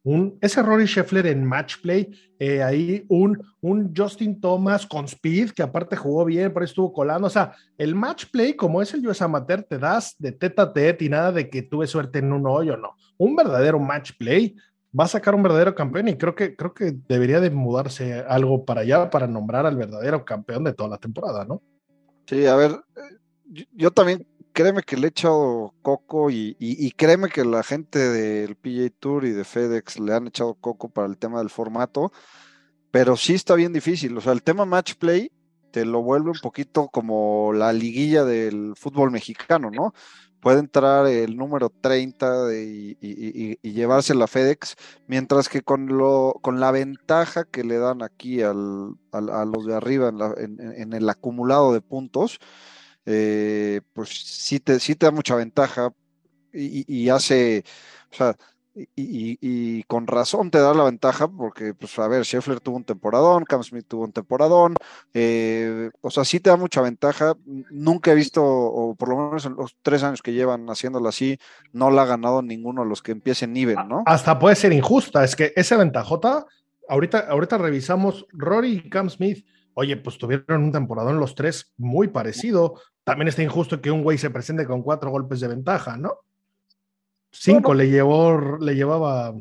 E: ese Rory Scheffler en match play, ahí un Justin Thomas con speed, que aparte jugó bien, por ahí estuvo colando. O sea, el match play, como es el US Amateur, te das de tete a tete y nada de que tuve suerte en un hoyo, no. Un verdadero match play va a sacar un verdadero campeón, y creo que debería de mudarse algo para allá para nombrar al verdadero campeón de toda la temporada, ¿no?
G: Sí, a ver, yo también, créeme que le he echado coco y créeme que la gente del PGA Tour y de FedEx le han echado coco para el tema del formato, pero sí está bien difícil. O sea, el tema match play te lo vuelve un poquito como la liguilla del fútbol mexicano, ¿no? Puede entrar el número 30 y llevarse la FedEx, mientras que con la ventaja que le dan aquí a los de arriba en el acumulado de puntos, pues sí te da mucha ventaja y hace, o sea, y con razón te da la ventaja, porque, pues, a ver, Scheffler tuvo un temporadón, Cam Smith tuvo un temporadón, o sea, sí te da mucha ventaja. Nunca he visto, o por lo menos en los 3 años que llevan haciéndolo así, no la ha ganado ninguno de los que empiecen even, ¿no?
E: Hasta puede ser injusta, es que esa ventajota, ahorita revisamos Rory y Cam Smith, oye, pues tuvieron un temporadón los tres muy parecido. También está injusto que un güey se presente con 4 golpes de ventaja, ¿no? 5 le llevaba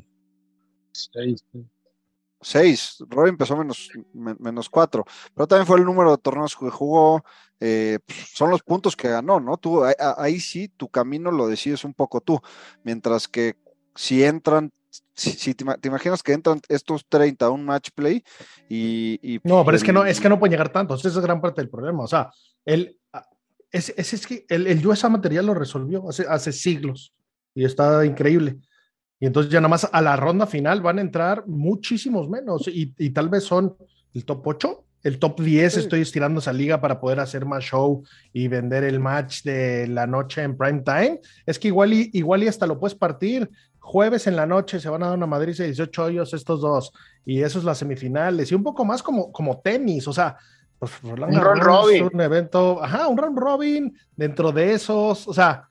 G: 6. Rory empezó menos 4, pero también fue el número de torneos que jugó, son los puntos que ganó, ¿no? Tú, ahí sí, tu camino lo decides un poco tú, mientras que si entran, si te imaginas que entran estos 30 a un match play
E: no, pero es que no pueden llegar tantos, esa es gran parte del problema. O sea, es que el USA Material lo resolvió hace siglos y está increíble. Y entonces ya nada más a la ronda final van a entrar muchísimos menos y tal vez son el top 8, el top 10. Sí. Estoy estirando esa liga para poder hacer más show y vender el match de la noche en prime time. Es que igual y hasta lo puedes partir. Jueves en la noche se van a dar una Madrid de 18 hoyos estos dos, y eso es las semifinales, y un poco más como tenis. O sea, pues Roland
F: un round robin,
E: un evento, un round robin dentro de esos. O sea,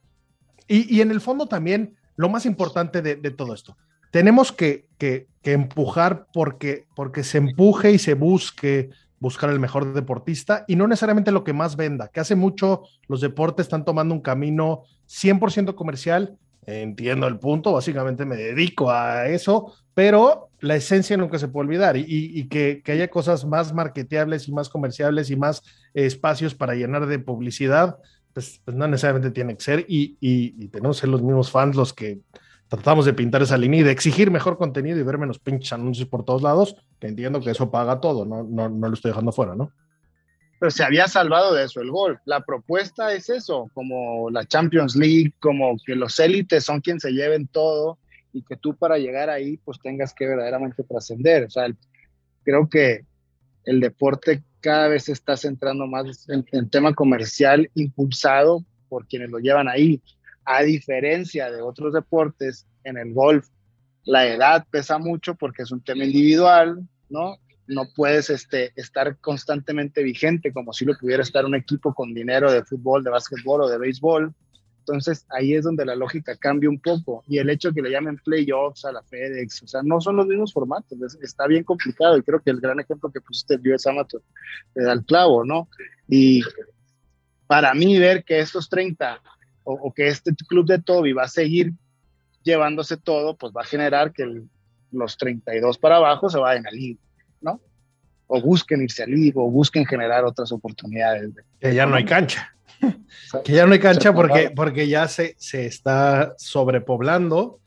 E: y en el fondo también lo más importante de todo esto, tenemos que empujar porque se empuje y se buscar el mejor deportista, y no necesariamente lo que más venda, que hace mucho los deportes están tomando un camino 100% comercial. Entiendo el punto, básicamente me dedico a eso, pero la esencia nunca se puede olvidar, y que haya cosas más marketeables y más comerciables y más espacios para llenar de publicidad, pues no necesariamente tiene que ser, y tenemos que ser los mismos fans los que tratamos de pintar esa línea y de exigir mejor contenido y ver menos pinches anuncios por todos lados, que entiendo que eso paga todo, no lo estoy dejando fuera, ¿no?
F: Pero se había salvado de eso el golf. La propuesta es eso, como la Champions League, como que los élites son quien se lleven todo, y que tú para llegar ahí pues tengas que verdaderamente trascender. O sea, creo que el deporte cada vez se está centrando más en tema comercial, impulsado por quienes lo llevan ahí. A diferencia de otros deportes, en el golf la edad pesa mucho porque es un tema individual, ¿no? No puedes estar constantemente vigente como si lo pudiera estar un equipo con dinero de fútbol, de básquetbol o de béisbol. Entonces ahí es donde la lógica cambia un poco, y el hecho de que le llamen playoffs a la FedEx, o sea, no son los mismos formatos, está bien complicado, y creo que el gran ejemplo que pusiste el US Amateur te da el clavo, ¿no? Y para mí ver que estos 30 o que este club de Toby va a seguir llevándose todo, pues va a generar que los 32 para abajo se vayan al LIV, ¿no? O busquen irse al LIV, o busquen generar otras oportunidades.
E: Que ya no hay cancha. Que ya no hay cancha porque ya se está sobrepoblando,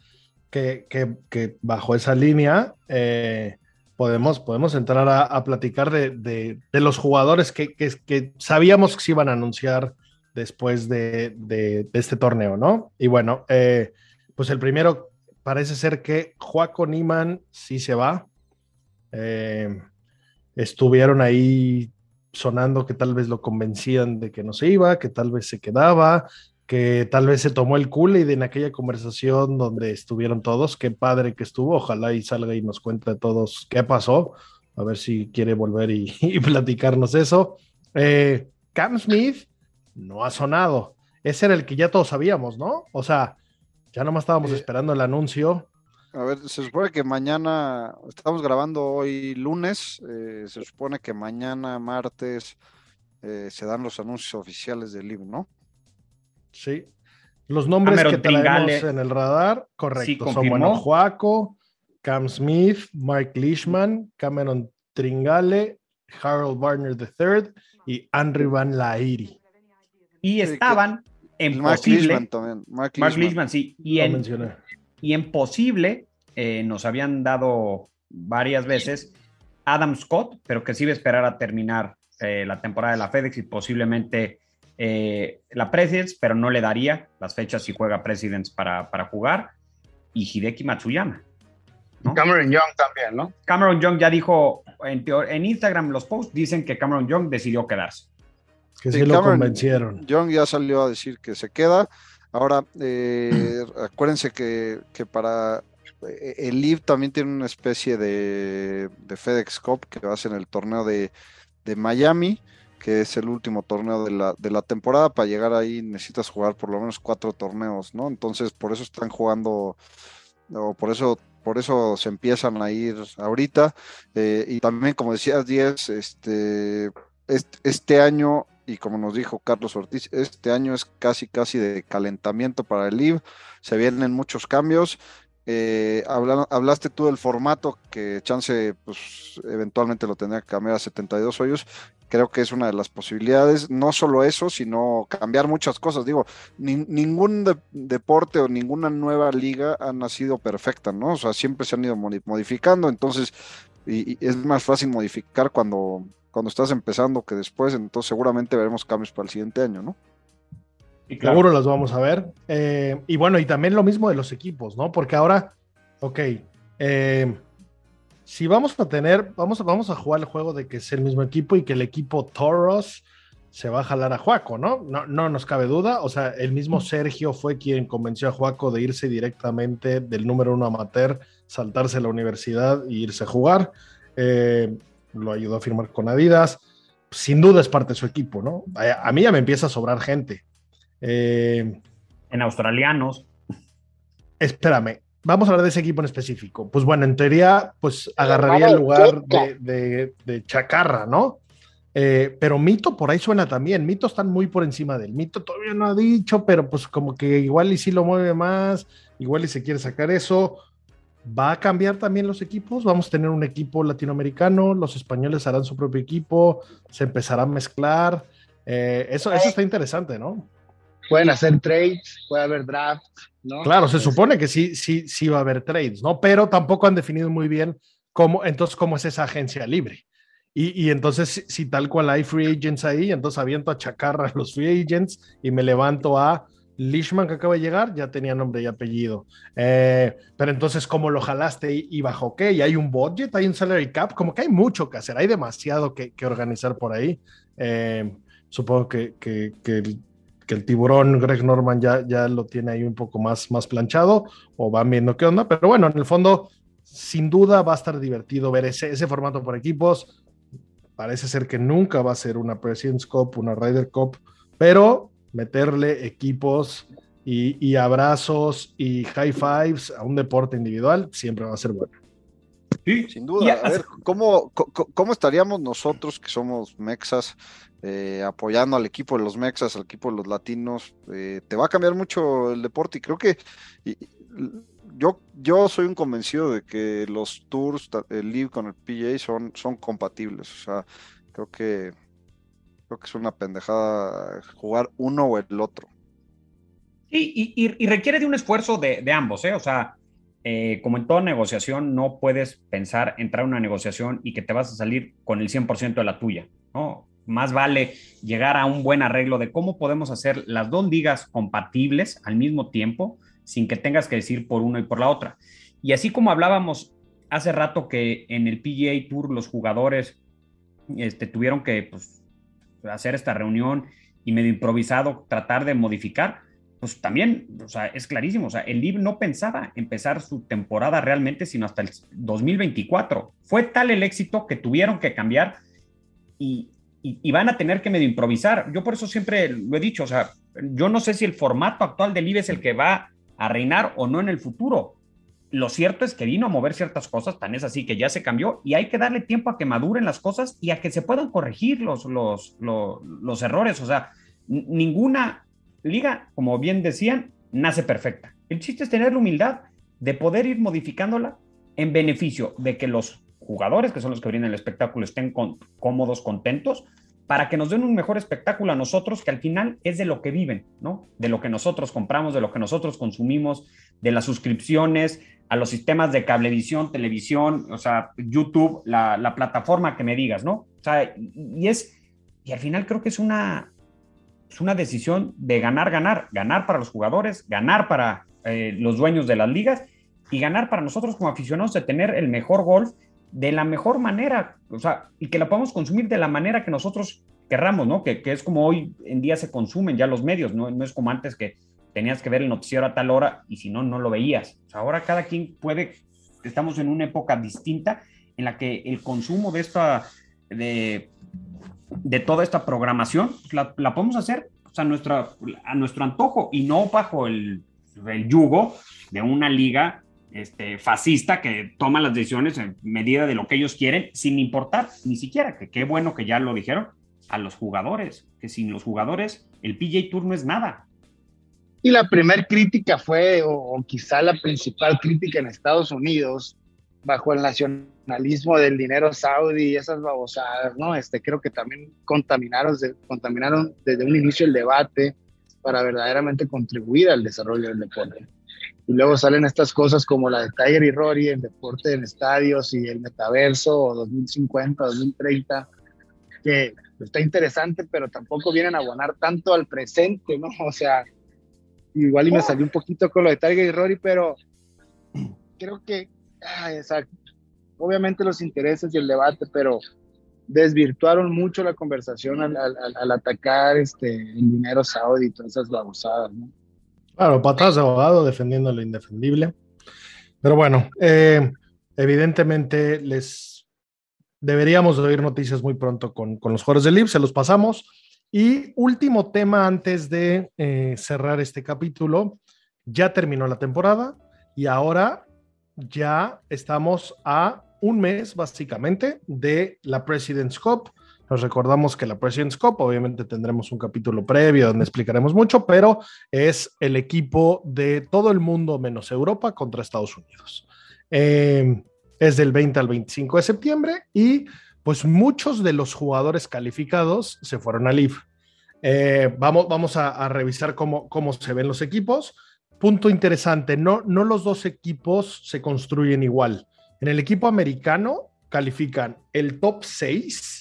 E: que bajo esa línea podemos entrar a platicar de los jugadores que sabíamos que se iban a anunciar después de este torneo, ¿no? Y bueno, pues el primero parece ser que Joaco Niemann sí se va. Estuvieron ahí sonando que tal vez lo convencían de que no se iba, que tal vez se quedaba, que tal vez se tomó el Kool-Aid en aquella conversación donde estuvieron todos. Qué padre que estuvo, ojalá y salga y nos cuente a todos qué pasó, a ver si quiere volver y platicarnos eso. Cam Smith no ha sonado, ese era el que ya todos sabíamos, ¿no? O sea, ya nomás estábamos esperando el anuncio.
G: A ver, se supone que mañana, estamos grabando hoy lunes, se supone que mañana martes se dan los anuncios oficiales del LIV, ¿no?
E: Sí. Los nombres
H: Cameron
E: que traemos
H: Tringale,
E: en el radar,
H: sí,
E: correcto, son
H: confirmó.
E: bueno, Joaco, Cam Smith, Mark Leishman, Cameron Tringale, Harold Varner III y Andrew Van Lairi.
H: Y estaban en
G: Mark
H: posible.
G: Leishman también. Mark
H: Mark Leishman, sí.
E: Lo mencioné.
H: Y en posible, nos habían dado varias veces Adam Scott, pero que sí iba a esperar a terminar la temporada de la FedEx y posiblemente la Presidents, pero no le daría las fechas si juega Presidents para jugar. Y Hideki Matsuyama, ¿no?
F: Cameron Young también, ¿no?
H: Cameron Young ya dijo, en Instagram los posts dicen que Cameron Young decidió quedarse.
E: Que sí lo convencieron.
G: Young ya salió a decir que se queda. Ahora, acuérdense que para el LIV también tiene una especie de FedEx Cup que va a ser en el torneo de Miami, que es el último torneo de la temporada. Para llegar ahí necesitas jugar por lo menos 4 torneos, ¿no? Entonces, por eso están jugando, o por eso se empiezan a ir ahorita. Y también, como decías, 10, este año, y como nos dijo Carlos Ortiz, este año es casi de calentamiento para el LIV. Se vienen muchos cambios. Hablaste tú del formato, que chance pues eventualmente lo tendría que cambiar a 72 hoyos. Creo que es una de las posibilidades. No solo eso, sino cambiar muchas cosas. Digo, ningún deporte o ninguna nueva liga ha nacido perfecta, ¿no? O sea, siempre se han ido modificando. Entonces, y es más fácil modificar cuando estás empezando que después. Entonces seguramente veremos cambios para el siguiente año, ¿no?
H: Y claro,
E: Seguro los vamos a ver. Y bueno, y también lo mismo de los equipos, ¿no? Porque ahora, si vamos a jugar el juego de que es el mismo equipo y que el equipo Toros se va a jalar a Joaco, ¿no? No nos cabe duda. O sea, el mismo Sergio fue quien convenció a Joaco de irse directamente del número 1 amateur, saltarse la universidad e irse a jugar. Lo ayudó a firmar con Adidas. Sin duda es parte de su equipo, ¿no? A mí ya me empieza a sobrar gente.
H: en australianos.
E: Espérame, vamos a hablar de ese equipo en específico. Pues bueno, en teoría, pues agarraría el lugar de Chacarra, ¿no? Pero Mito por ahí suena también. Mito están muy por encima del Mito, todavía no ha dicho, pero pues como que igual y sí lo mueve más, igual y se quiere sacar eso. ¿Va a cambiar también los equipos? Vamos a tener un equipo latinoamericano, los españoles harán su propio equipo, se empezará a mezclar. Eso está interesante, ¿no?
F: Pueden hacer trades, puede haber draft, ¿no?
E: Claro, se supone que sí va a haber trades, ¿no? Pero tampoco han definido muy bien cómo es esa agencia libre. Y entonces, si tal cual hay free agents ahí, entonces aviento a Chacarra a los free agents y me levanto a Leishman, que acaba de llegar, ya tenía nombre y apellido. Pero entonces, ¿cómo lo jalaste y bajo qué? Y hay un budget, hay un salary cap, como que hay mucho que hacer, hay demasiado que organizar por ahí. Supongo que el tiburón Greg Norman ya lo tiene ahí un poco más planchado, o van viendo qué onda, pero bueno, en el fondo, sin duda va a estar divertido ver ese formato por equipos. Parece ser que nunca va a ser una President's Cup, una Ryder Cup, pero meterle equipos y abrazos y high fives a un deporte individual siempre va a ser bueno.
H: Sí,
G: sin duda. A ver, ¿cómo estaríamos nosotros que somos mexas apoyando al equipo de los mexas, al equipo de los latinos? Te va a cambiar mucho el deporte, y creo que yo soy un convencido de que los tours, el LIV con el PGA son compatibles. O sea, creo que es una pendejada jugar uno o el otro.
H: Sí, y requiere de un esfuerzo de ambos, ¿eh? O sea, como en toda negociación, no puedes pensar entrar a una negociación y que te vas a salir con el 100% de la tuya, ¿no? Más vale llegar a un buen arreglo de cómo podemos hacer las dos ligas compatibles al mismo tiempo, sin que tengas que decir por uno y por la otra. Y así como hablábamos hace rato que en el PGA Tour los jugadores tuvieron que hacer esta reunión y medio improvisado tratar de modificar, pues también, o sea, es clarísimo, o sea, el LIV no pensaba empezar su temporada realmente sino hasta el 2024. Fue tal el éxito que tuvieron que cambiar y van a tener que medio improvisar. Yo por eso siempre lo he dicho, o sea, yo no sé si el formato actual del LIV es el que va a reinar o no en el futuro, lo cierto es que vino a mover ciertas cosas, tan es así que ya se cambió y hay que darle tiempo a que maduren las cosas y a que se puedan corregir los errores. O sea, ninguna liga, como bien decían, nace perfecta. El chiste es tener la humildad de poder ir modificándola en beneficio de que los jugadores, que son los que brindan el espectáculo, estén cómodos, contentos, para que nos den un mejor espectáculo a nosotros, que al final es de lo que viven, ¿no? De lo que nosotros compramos, de lo que nosotros consumimos, de las suscripciones a los sistemas de cablevisión, televisión, o sea, YouTube, la plataforma que me digas, ¿no? O sea, y al final creo que es una decisión de ganar para los jugadores, ganar para los dueños de las ligas y ganar para nosotros como aficionados de tener el mejor golf de la mejor manera, o sea, y que la podamos consumir de la manera que nosotros querramos, ¿no? Que es como hoy en día se consumen ya los medios, ¿no? No es como antes que tenías que ver el noticiero a tal hora y si no, no lo veías. O sea, ahora cada quien puede, estamos en una época distinta en la que el consumo de toda esta programación la podemos hacer, o sea, a nuestro antojo y no bajo el yugo de una liga fascista que toma las decisiones en medida de lo que ellos quieren, sin importar ni siquiera, que qué bueno que ya lo dijeron, a los jugadores, que sin los jugadores el PGA Tour no es nada.
F: Y la primer crítica fue, o quizá la principal crítica en Estados Unidos, bajo el nacionalismo del dinero saudí y esas babosadas, ¿no? Creo que también contaminaron desde un inicio el debate para verdaderamente contribuir al desarrollo del deporte. Y luego salen estas cosas como la de Tiger y Rory, el deporte en estadios y el metaverso, o 2050, 2030, que está interesante, pero tampoco vienen a abonar tanto al presente, ¿no? O sea, igual y me salió un poquito con lo de Tiger y Rory, pero creo que, obviamente los intereses y el debate, pero desvirtuaron mucho la conversación al atacar el dinero saudí y todas esas babosadas, ¿no?
E: Claro, patadas de abogado defendiendo lo indefendible. Pero bueno, evidentemente deberíamos de oír noticias muy pronto con los jugadores del LIV, se los pasamos. Y último tema antes de cerrar este capítulo, ya terminó la temporada y ahora ya estamos a un mes básicamente de la President's Cup. Nos recordamos que la President's Cup, obviamente tendremos un capítulo previo donde explicaremos mucho, pero es el equipo de todo el mundo menos Europa contra Estados Unidos. Es del 20 al 25 de septiembre y pues muchos de los jugadores calificados se fueron al LIV. Vamos a revisar cómo se ven los equipos. Punto interesante, no los dos equipos se construyen igual. En el equipo americano califican el top 6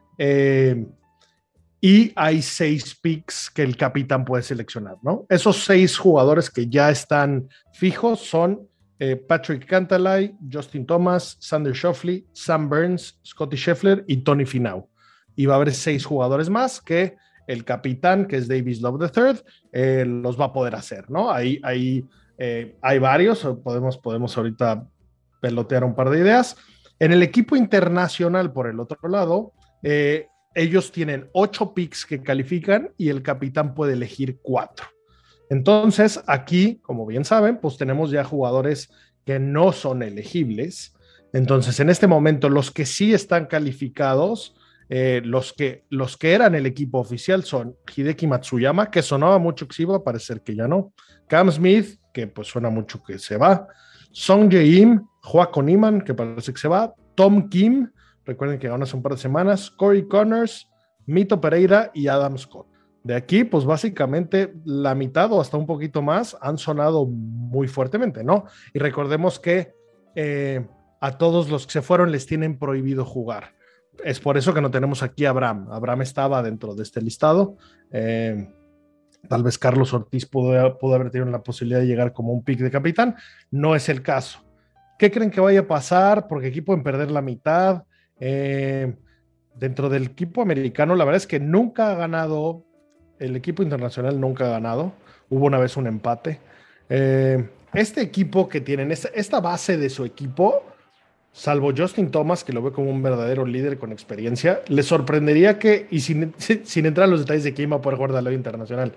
E: y hay 6 picks que el capitán puede seleccionar, ¿no? Esos 6 jugadores que ya están fijos son Patrick Cantlay, Justin Thomas, Xander Schauffele, Sam Burns, Scottie Scheffler y Tony Finau. Y va a haber 6 jugadores más que el capitán, que es Davis Love III, los va a poder hacer, ¿no? Hay varios, podemos ahorita pelotear un par de ideas. En el equipo internacional, por el otro lado, ellos tienen 8 picks que califican y el capitán puede elegir 4. Entonces, aquí, como bien saben, pues tenemos ya jugadores que no son elegibles. Entonces, en este momento, los que sí están calificados, los que eran el equipo oficial son Hideki Matsuyama, que sonaba mucho que se iba, parece que ya no. Cam Smith, que pues suena mucho que se va. Song Jae-im, Joaquin Niemann, que parece que se va. Tom Kim, recuerden que ganó hace un par de semanas. Corey Connors, Mito Pereira y Adam Scott. De aquí, pues básicamente la mitad o hasta un poquito más han sonado muy fuertemente, ¿no? Y recordemos que a todos los que se fueron les tienen prohibido jugar. Es por eso que no tenemos aquí a Abraham. Abraham estaba dentro de este listado. Tal vez Carlos Ortiz pudo haber tenido la posibilidad de llegar como un pick de capitán. No es el caso. ¿Qué creen que vaya a pasar? Porque aquí pueden perder la mitad. Dentro del equipo americano, la verdad es que nunca ha ganado. El equipo internacional nunca ha ganado. Hubo una vez un empate. Este equipo que tienen, esta base de su equipo, salvo Justin Thomas, que lo ve como un verdadero líder con experiencia, le sorprendería que, y sin entrar en los detalles de quién va a poder jugar de lado internacional,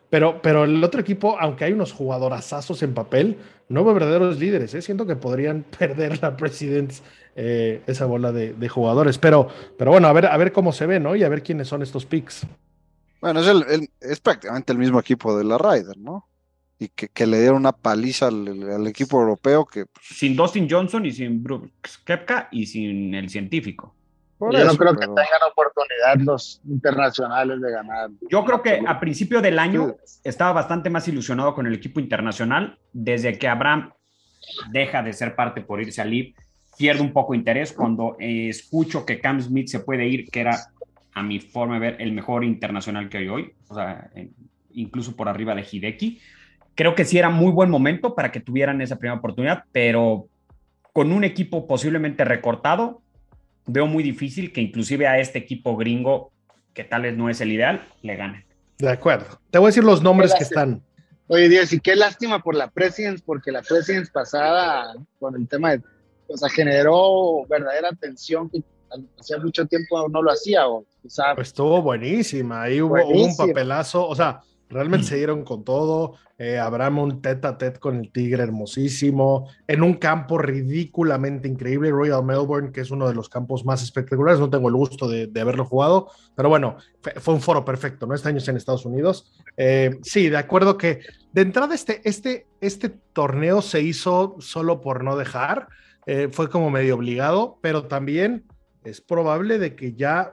E: Pero el otro equipo, aunque hay unos jugadorazazos en papel, no veo verdaderos líderes. Siento que podrían perder la Presidents esa bola de jugadores. Pero bueno, a ver cómo se ve, ¿no? Y a ver quiénes son estos picks.
G: Bueno, es prácticamente el mismo equipo de la Ryder, ¿no? Y que le dieron una paliza al equipo europeo que...
H: Sin Dustin Johnson y sin Brooks Koepka y sin el científico.
F: Yo no creo que tengan oportunidad los internacionales de ganar.
H: Yo creo que a principio del año estaba bastante más ilusionado con el equipo internacional. Desde que Abraham deja de ser parte por irse a LIV, pierde un poco de interés. Cuando escucho que Cam Smith se puede ir, que era, a mi forma de ver, el mejor internacional que hay hoy, o sea, incluso por arriba de Hideki, creo que sí era muy buen momento para que tuvieran esa primera oportunidad, pero con un equipo posiblemente recortado, veo muy difícil que inclusive a este equipo gringo, que tal vez no es el ideal, le ganen.
E: De acuerdo. Te voy a decir los nombres que están.
F: Oye, Díaz, y qué lástima por la Presidents, porque la Presidents pasada, con el tema de, o sea, generó verdadera tensión que hacía mucho tiempo no lo hacía, o quizá...
E: Pues estuvo buenísima, ahí hubo un papelazo, o sea, realmente se dieron con todo. Abraham un tete a tete con el Tigre hermosísimo, en un campo ridículamente increíble, Royal Melbourne, que es uno de los campos más espectaculares. No tengo el gusto de haberlo jugado, pero bueno, fue un foro perfecto, ¿no? Este año es en Estados Unidos. Sí, de acuerdo que de entrada este torneo se hizo solo por no dejar, fue como medio obligado, pero también es probable de que ya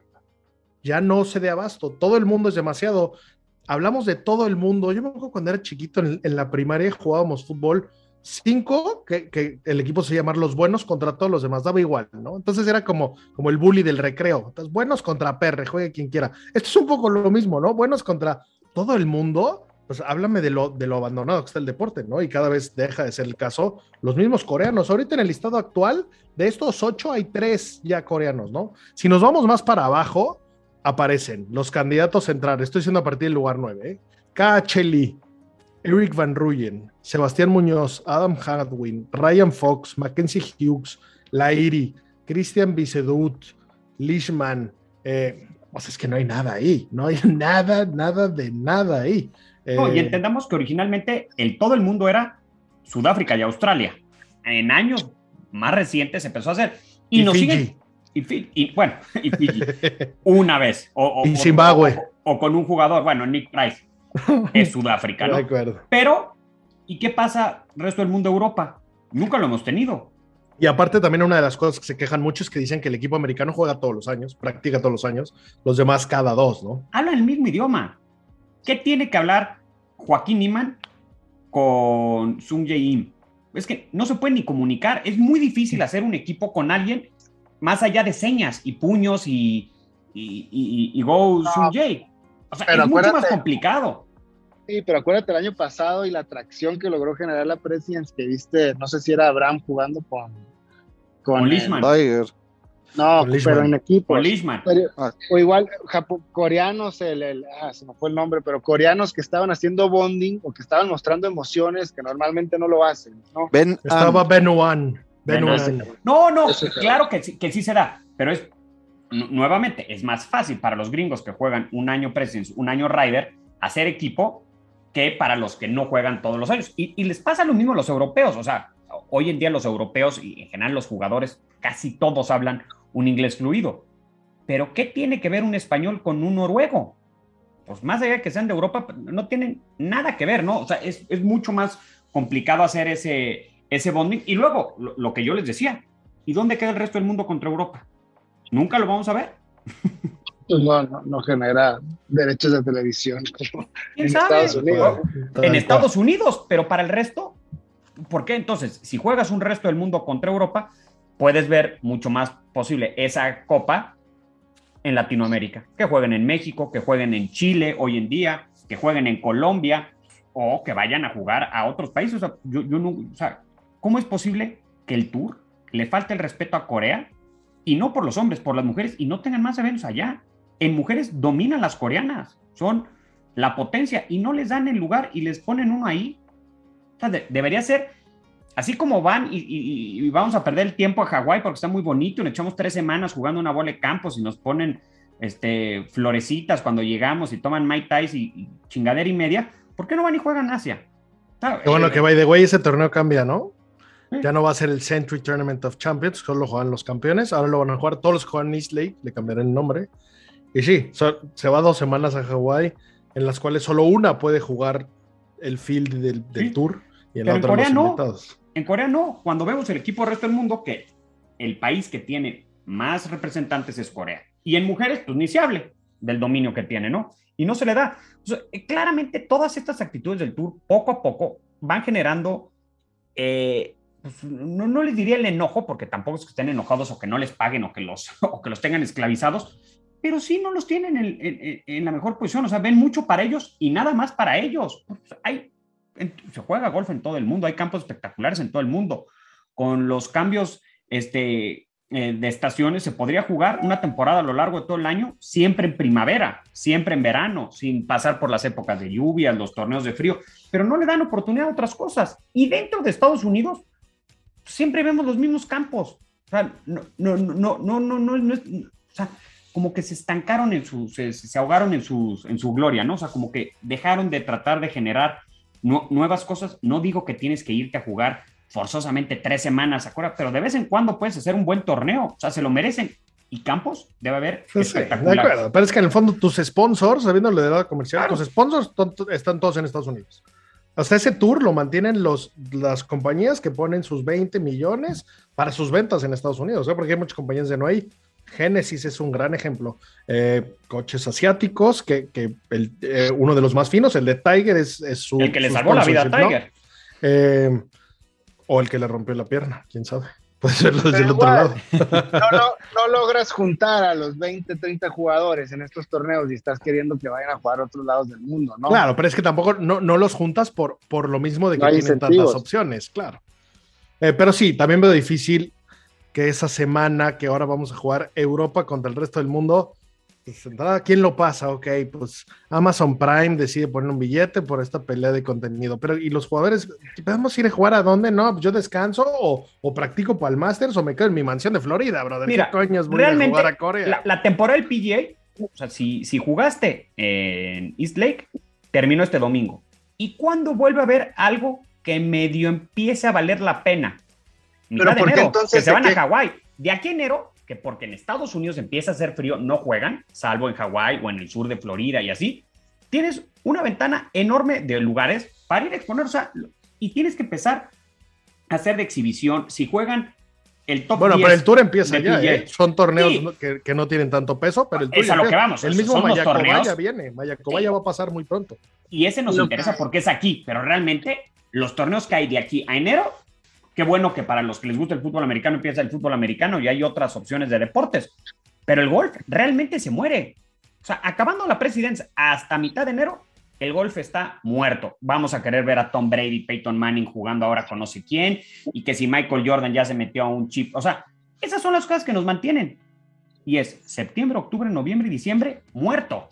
E: no se dé abasto. Todo el mundo es demasiado. Hablamos de todo el mundo. Yo me acuerdo cuando era chiquito en la primaria jugábamos fútbol 5, que el equipo se llamaba los buenos contra todos los demás, daba igual, ¿no? Entonces era como el bully del recreo. Entonces, buenos contra perre, juegue quien quiera. Esto es un poco lo mismo, ¿no? Buenos contra todo el mundo. Pues háblame de lo abandonado que está el deporte, ¿no? Y cada vez deja de ser el caso. Los mismos coreanos. Ahorita en el listado actual, de estos 8 hay 3 ya coreanos, ¿no? Si nos vamos más para abajo, aparecen los candidatos a entrar. Estoy diciendo a partir del lugar 9. KH Lee, Eric Van Ruyen, Sebastián Muñoz, Adam Hadwin, Ryan Fox, Mackenzie Hughes, Lairi, Christian Bisedut, Leishman. Pues es que no hay nada ahí. No hay nada de nada ahí.
H: No, y entendamos que originalmente todo el mundo era Sudáfrica y Australia. En años más recientes se empezó a hacer. Y nos
E: Fiji.
H: siguen. Y Fiji. Una vez.
E: Y Zimbabue.
H: O con un jugador, bueno, Nick Price, es Sudáfrica, ¿no?
E: De acuerdo.
H: Pero, ¿y qué pasa el resto del mundo de Europa? Nunca lo hemos tenido.
E: Y aparte también una de las cosas que se quejan mucho es que dicen que el equipo americano juega todos los años, practica todos los años, los demás cada 2, ¿no?
H: Hablan el mismo idioma. ¿Qué tiene que hablar Joaquín Niemann con Sung Jae Im? Es que no se puede ni comunicar. Es muy difícil hacer un equipo con alguien más allá de señas y puños y go Sung Jae. O sea, es mucho más complicado.
F: Sí, pero acuérdate el año pasado y la atracción que logró generar la Presidents, que viste, no sé si era Abraham jugando con
H: Leishman.
F: No, pero en equipo.
H: Con Leishman.
F: O igual, coreanos, se me fue el nombre, pero coreanos que estaban haciendo bonding o que estaban mostrando emociones que normalmente no lo hacen, ¿no?
E: Estaba Ben Wan.
H: No, claro que sí se da, pero es, nuevamente, es más fácil para los gringos que juegan un año Presidents, un año Ryder, hacer equipo que para los que no juegan todos los años. Y les pasa lo mismo a los europeos. O sea, hoy en día los europeos y en general los jugadores, casi todos hablan un inglés fluido. Pero ¿qué tiene que ver un español con un noruego? Pues más allá de que sean de Europa, no tienen nada que ver, ¿no? O sea, es mucho más complicado hacer ese bonding. Y luego, lo que yo les decía, ¿y dónde queda el resto del mundo contra Europa? ¿Nunca lo vamos a ver?
F: Pues no genera derechos de televisión como
H: ¿Quién
F: en
H: sabe?
F: Estados Unidos.
H: En Estados Unidos, pero para el resto, ¿por qué? Entonces, si juegas un resto del mundo contra Europa, puedes ver mucho más posible esa copa en Latinoamérica. Que jueguen en México, que jueguen en Chile hoy en día, que jueguen en Colombia o que vayan a jugar a otros países. O sea, yo no, o sea, ¿cómo es posible que el Tour le falte el respeto a Corea? Y no por los hombres, por las mujeres, y no tengan más eventos allá. En mujeres dominan las coreanas, son la potencia y no les dan el lugar y les ponen uno ahí. O sea, debería ser así como van y vamos a perder el tiempo a Hawái porque está muy bonito y le echamos 3 semanas jugando una bola de campos y nos ponen florecitas cuando llegamos y toman Mai Tais y chingadera y media. ¿Por qué no van y juegan en Asia?
E: Qué bueno que, by the way, ese torneo cambia, ¿no?
H: Sí.
E: Ya no va a ser el Century Tournament of Champions, solo juegan los campeones, ahora lo van a jugar todos los que juegan en East Lake, le cambiarán el nombre. Y sí, se va 2 semanas a Hawái, en las cuales solo una puede jugar el field del tour y en la otra los invitados.
H: En Corea no, cuando vemos el equipo del resto del mundo, que el país que tiene más representantes es Corea. Y en mujeres, pues ni se hable del dominio que tiene, ¿no? Y no se le da. O sea, claramente todas estas actitudes del tour, poco a poco, van generando, pues, no les diría el enojo, porque tampoco es que estén enojados o que no les paguen o que los tengan esclavizados, pero sí no los tienen en la mejor posición. O sea, ven mucho para ellos y nada más para ellos. Se juega golf en todo el mundo, hay campos espectaculares en todo el mundo. Con los cambios de estaciones se podría jugar una temporada a lo largo de todo el año, siempre en primavera, siempre en verano, sin pasar por las épocas de lluvia, los torneos de frío, pero no le dan oportunidad a otras cosas. Y dentro de Estados Unidos siempre vemos los mismos campos. O sea, o sea, como que se estancaron se ahogaron en su gloria, ¿no? O sea, como que dejaron de tratar de generar nuevas cosas. No digo que tienes que irte a jugar forzosamente 3 semanas, ¿acuerdas? Pero de vez en cuando puedes hacer un buen torneo, o sea, se lo merecen. Y campos debe haber espectacular.
E: De acuerdo, pero es que en el fondo tus sponsors, sabiéndole de la comercial, claro, tus sponsors están todos en Estados Unidos. Hasta ese tour lo mantienen las compañías que ponen sus 20 millones para sus ventas en Estados Unidos, ¿eh? Porque hay muchas compañías de no hay. Genesis es un gran ejemplo. Coches asiáticos, que uno de los más finos, el de Tiger, es su...
H: El que le salvó la vida a Tiger.
E: O el que le rompió la pierna, quién sabe. Puede ser desde el otro lado.
F: No logras juntar a los 20, 30 jugadores en estos torneos y estás queriendo que vayan a jugar a otros lados del mundo, ¿no?
E: Claro, pero es que tampoco no los juntas por lo mismo de que tienen incentivos, tantas opciones, claro. Pero sí, también veo difícil que esa semana que ahora vamos a jugar Europa contra el resto del mundo, pues, ¿quién lo pasa? Ok, pues Amazon Prime decide poner un billete por esta pelea de contenido, pero ¿y los jugadores? ¿Podemos ir a jugar a dónde? No, yo descanso o practico para el Masters o me quedo en mi mansión de Florida, brother.
H: Mira,
E: ¿qué coños voy a jugar a Corea?
H: La temporada del PGA, o sea, si jugaste en East Lake, terminó este domingo. ¿Y cuándo vuelve a haber algo que medio empiece a valer la pena?
F: Pero ¿por qué entonces
H: que se van a Hawái? De aquí a enero, que porque en Estados Unidos empieza a hacer frío, no juegan, salvo en Hawái o en el sur de Florida y así. Tienes una ventana enorme de lugares para ir a exponer, o sea, y tienes que empezar a hacer de exhibición. Si juegan el top 10...
E: Bueno, pero el Tour empieza ya,
H: PGA.
E: Son torneos sí, que no tienen tanto peso, pero el Tour
H: es a lo que vamos.
E: El mismo Mayacobaya viene, Mayacobaya va a pasar muy pronto.
H: Y ese nos interesa porque es aquí, pero realmente los torneos que hay de aquí a enero... Qué bueno que para los que les gusta el fútbol americano empieza el fútbol americano y hay otras opciones de deportes. Pero el golf realmente se muere. O sea, acabando la presidencia hasta mitad de enero, el golf está muerto. Vamos a querer ver a Tom Brady, Peyton Manning jugando ahora con no sé quién y que si Michael Jordan ya se metió a un chip. O sea, esas son las cosas que nos mantienen. Y es septiembre, octubre, noviembre y diciembre, muerto.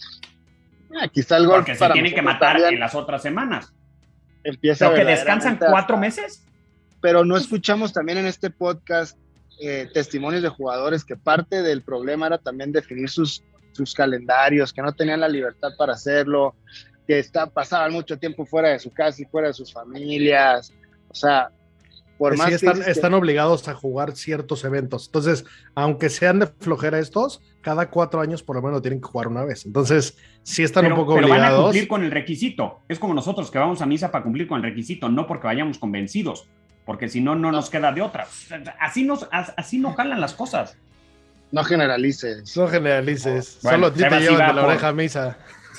F: Aquí está el golf.
H: Porque se tienen que matar en las otras semanas.
F: Empieza
H: ¿Pero que descansan 4 meses?
F: Pero no escuchamos también en este podcast testimonios de jugadores que parte del problema era también definir sus calendarios, que no tenían la libertad para hacerlo, que pasaban mucho tiempo fuera de su casa y fuera de sus familias. O sea, por más
E: sí, están obligados a jugar ciertos eventos. Entonces, aunque sean de flojera estos, cada 4 años por lo menos tienen que jugar una vez. Entonces, sí están un poco obligados.
H: Pero van a cumplir con el requisito. Es como nosotros que vamos a misa para cumplir con el requisito, no porque vayamos convencidos. Porque si no, no nos queda de otra. Así no jalan las cosas.
F: No generalices.
E: No generalices. Bueno, solo a ti te llevan de la oreja a misa. Sí,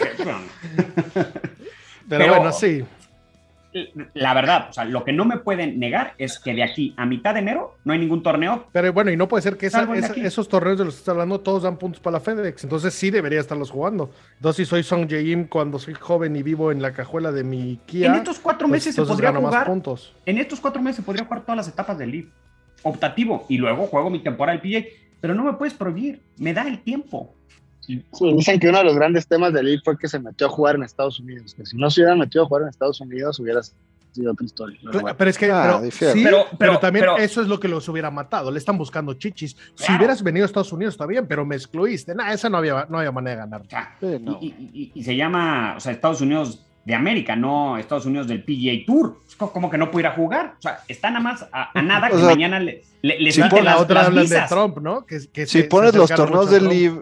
E: pero bueno, sí.
H: La verdad, o sea, lo que no me pueden negar es que de aquí a mitad de enero no hay ningún torneo.
E: Pero bueno, y no puede ser que esos torneos de los que estás hablando todos dan puntos para la FedEx. Entonces sí debería estarlos jugando. Entonces si soy Sung Jae-im cuando soy joven y vivo en la cajuela de mi Kia.
H: En estos 4 meses se podría jugar.
E: Puntos.
H: En estos 4 meses se podría jugar todas las etapas del League. Optativo. Y luego juego mi temporada del PGA. Pero no me puedes prohibir. Me da el tiempo.
F: Sí, dicen que uno de los grandes temas del League fue que se metió a jugar en Estados Unidos, que si no se hubieran metido a jugar en Estados Unidos hubiera sido otra historia.
E: Pero es que pero también eso es lo que los hubiera matado, le están buscando chichis. Claro. Si hubieras venido a Estados Unidos está bien, pero me excluiste. Esa no había manera de ganar.
H: No. Y se llama, o sea, Estados Unidos de América, no Estados Unidos del PGA Tour. Es como que no pudiera jugar. O sea, está nada más a nada que mañana le
E: si
H: quiten
E: la otra
H: las
E: hablan
H: visas.
E: de Trump, ¿no?
G: Si pones los torneos del LIV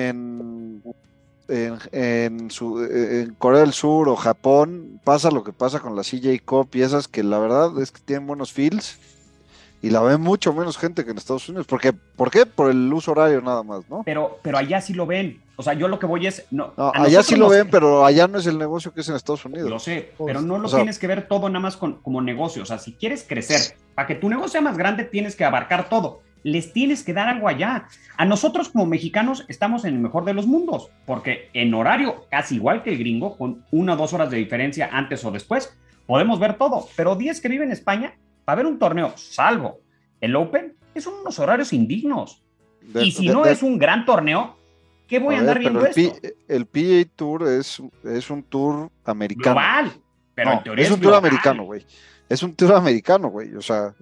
G: en Corea del Sur o Japón, pasa lo que pasa con la CJ Cup y esas que la verdad es que tienen buenos fields y la ven mucho menos gente que en Estados Unidos. ¿Por qué? Por el uso horario nada más, ¿no?
H: Pero allá sí lo ven. O sea, yo lo que voy es... No,
G: allá sí lo ven, pero allá no es el negocio que es en Estados Unidos.
H: Lo sé, pero no lo tienes que ver todo nada más como negocio. O sea, si quieres crecer, para que tu negocio sea más grande, tienes que abarcar todo. Les tienes que dar algo allá. A nosotros como mexicanos estamos en el mejor de los mundos, porque en horario casi igual que el gringo, con 1 o 2 horas de diferencia antes o después, podemos ver todo. Pero 10 que viven en España, para ver un torneo, salvo el Open, son unos horarios indignos. Y si no es un gran torneo, ¿qué voy a andar viendo esto?
G: El PGA Tour es un tour americano.
H: Global, pero en teoría
G: es un tour americano, güey. Es un tour americano, güey. O sea,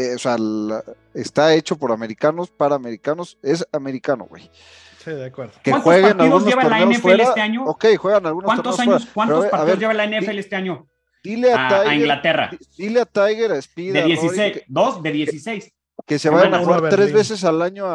G: está hecho por americanos, para americanos, es americano, güey.
E: Sí, de acuerdo.
G: Que
H: ¿Cuántos
G: jueguen
H: partidos
G: algunos
H: lleva la
G: torneos
H: NFL
G: fuera,
H: este año?
G: Ok, juegan algunos
H: ¿Cuántos
G: torneos
H: años,
G: fuera.
H: cuántos partidos lleva la NFL este año?
G: Dile a
H: Inglaterra.
G: Dile a Tiger, a Speed,
H: de
G: a
H: 16,
G: Rory,
H: dos de 16.
G: que se vayan a
E: Uno a
G: jugar
E: Berlín.
G: 3 veces al año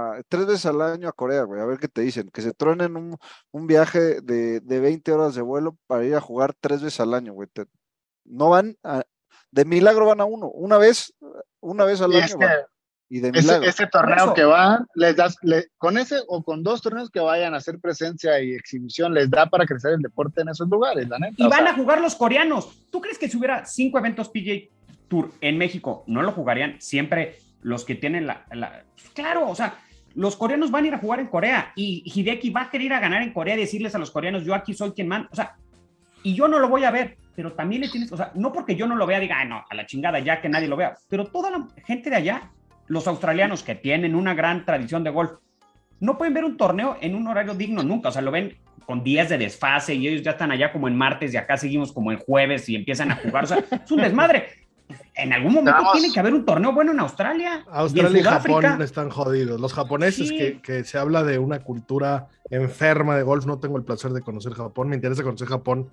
G: a Corea, güey, a ver qué te dicen, que se truenen un viaje de 20 horas de vuelo para ir a jugar 3 veces al año, güey. No van de milagro van a una vez al año, van. Y de milagro.
F: Ese torneo que va, con ese o con 2 torneos que vayan a hacer presencia y exhibición, les da para crecer el deporte en esos lugares, la neta.
H: Y van a jugar los coreanos. ¿Tú crees que si hubiera 5 eventos PGA Tour en México, no lo jugarían siempre los que tienen Claro, o sea, los coreanos van a ir a jugar en Corea y Hideki va a querer ir a ganar en Corea y decirles a los coreanos, yo aquí soy quien manda. O sea, y yo no lo voy a ver, pero también le tienes... O sea, no porque yo no lo vea, diga, no, a la chingada, ya que nadie lo vea. Pero toda la gente de allá, los australianos que tienen una gran tradición de golf, no pueden ver un torneo en un horario digno nunca. O sea, lo ven con días de desfase y ellos ya están allá como en martes y acá seguimos como en jueves y empiezan a jugar. O sea, es un desmadre. En algún momento tiene que haber un torneo bueno en Australia.
E: Australia y
H: Sudáfrica.
E: Japón están jodidos. Los japoneses,
H: Sí.
E: que se habla de una cultura enferma de golf, no tengo el placer de conocer Japón, me interesa conocer Japón,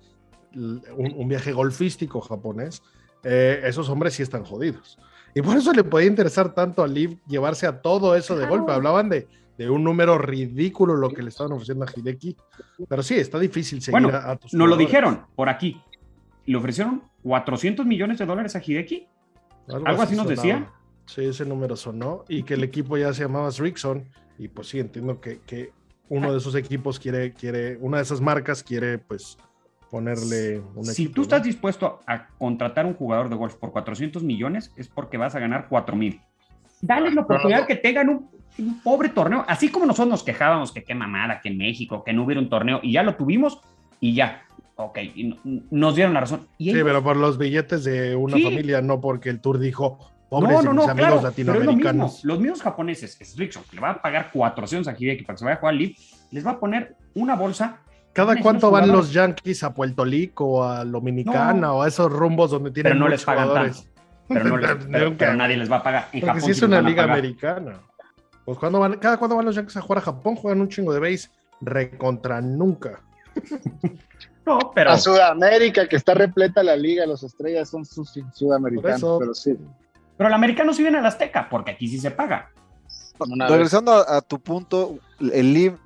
E: un viaje golfístico japonés. Esos hombres sí están jodidos. Y por eso le podía interesar tanto a Liv llevarse a todo eso de golpe. Hablaban de un número ridículo lo que le estaban ofreciendo a Hideki. Pero sí, está difícil seguir a tus
H: nos lo
E: jugadores.
H: dijeron por aquí. Le ofrecieron $400 millones a Hideki. ¿Algo así nos
E: sonaba.
H: decía?
E: Sí, ese número sonó. Y que el equipo ya se llamaba Srixon. Y pues sí, entiendo que uno de esos equipos quiere, una de esas marcas quiere pues ponerle un
H: Si
E: equipo,
H: tú
E: ¿no?
H: estás dispuesto a contratar un jugador de golf por 400 millones, es porque vas a ganar 4,000. Dale la oportunidad que tengan un pobre torneo. Así como nosotros nos quejábamos que qué mamada, que en México, que no hubiera un torneo, y ya lo tuvimos, y ya. Ok, y nos dieron la razón. Y
E: Sí,
H: ellos,
E: pero por los billetes de una
H: Sí.
E: familia, no porque el Tour dijo, pobres de mis amigos
H: claro, pero es lo
E: latinoamericanos.
H: mismo. Los mismos japoneses, Srixon, que le va a pagar 400 a Hideki para que se vaya a jugar al Live, les va a poner una bolsa.
E: ¿Cada
H: Tienen
E: cuánto
H: unos
E: van
H: jugadores,
E: los Yankees a Puerto Rico o a Dominicana o a esos rumbos donde tienen
H: pero no les
E: muchos
H: pagan
E: jugadores?
H: tanto. Pero nadie les va a pagar. En
E: Porque
H: Japón
E: si es
H: sí les
E: una
H: van a
E: liga
H: pagar.
E: americana. Pues cada cuando van los Yankees a jugar a Japón, juegan un chingo de base. Recontra nunca.
H: No, pero
F: A Sudamérica, que está repleta la liga, los estrellas son
E: Por
F: sudamericanos,
E: eso.
F: pero sí.
H: el americano sí viene al Azteca, porque aquí sí se paga.
F: Una vez.
G: Regresando a tu punto, el LIV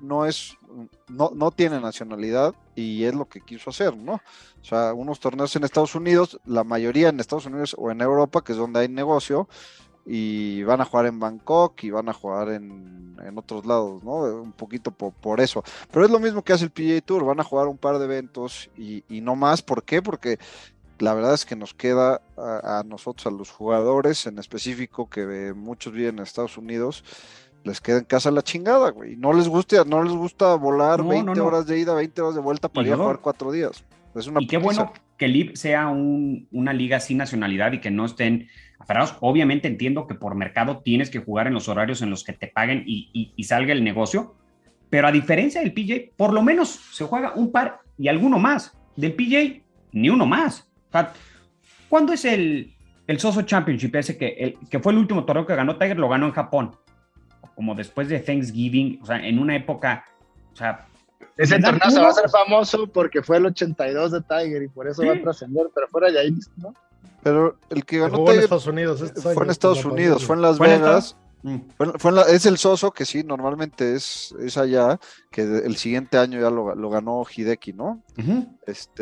G: no tiene nacionalidad y es lo que quiso hacer, ¿no? O sea, unos torneos en Estados Unidos, la mayoría en Estados Unidos o en Europa, que es donde hay negocio, y van a jugar en Bangkok y van a jugar en otros lados, ¿no? Un poquito por eso. Pero es lo mismo que hace el PGA Tour, van a jugar un par de eventos y no más. ¿Por qué? Porque la verdad es que nos queda a nosotros, a los jugadores en específico, que muchos viven en Estados Unidos, les queda en casa la chingada, güey. No les gusta volar 20 horas de ida, 20 horas de vuelta para ir a jugar 4 días. Es una
H: Y qué
G: putiza.
H: bueno que el LIV sea una liga sin nacionalidad y que no estén aferrados. Obviamente entiendo que por mercado tienes que jugar en los horarios en los que te paguen y salga el negocio, pero a diferencia del PGA, por lo menos se juega un par y alguno más. Del PGA, ni uno más. O sea, ¿cuándo es el Soso Championship ese que fue el último torneo que ganó Tiger? Lo ganó en Japón, como después de Thanksgiving, o sea, en una época, o sea,
F: Ese
H: ¿verdad?
F: torneo se va a hacer famoso porque fue el 82 de Tiger y por eso va a trascender, pero fuera de ahí, ¿no?
G: Pero el que ganó
E: Jugó en
G: Tiger
E: Estados Unidos estos
G: fue en
E: años,
G: Estados
E: con la
G: Unidos,
E: pandemia.
G: fue en Las
H: ¿Fue en
G: Vegas.
H: Estados?
G: Es el Soso, que sí, normalmente es allá, que el siguiente año ya lo ganó Hideki, ¿no?
H: Ujú.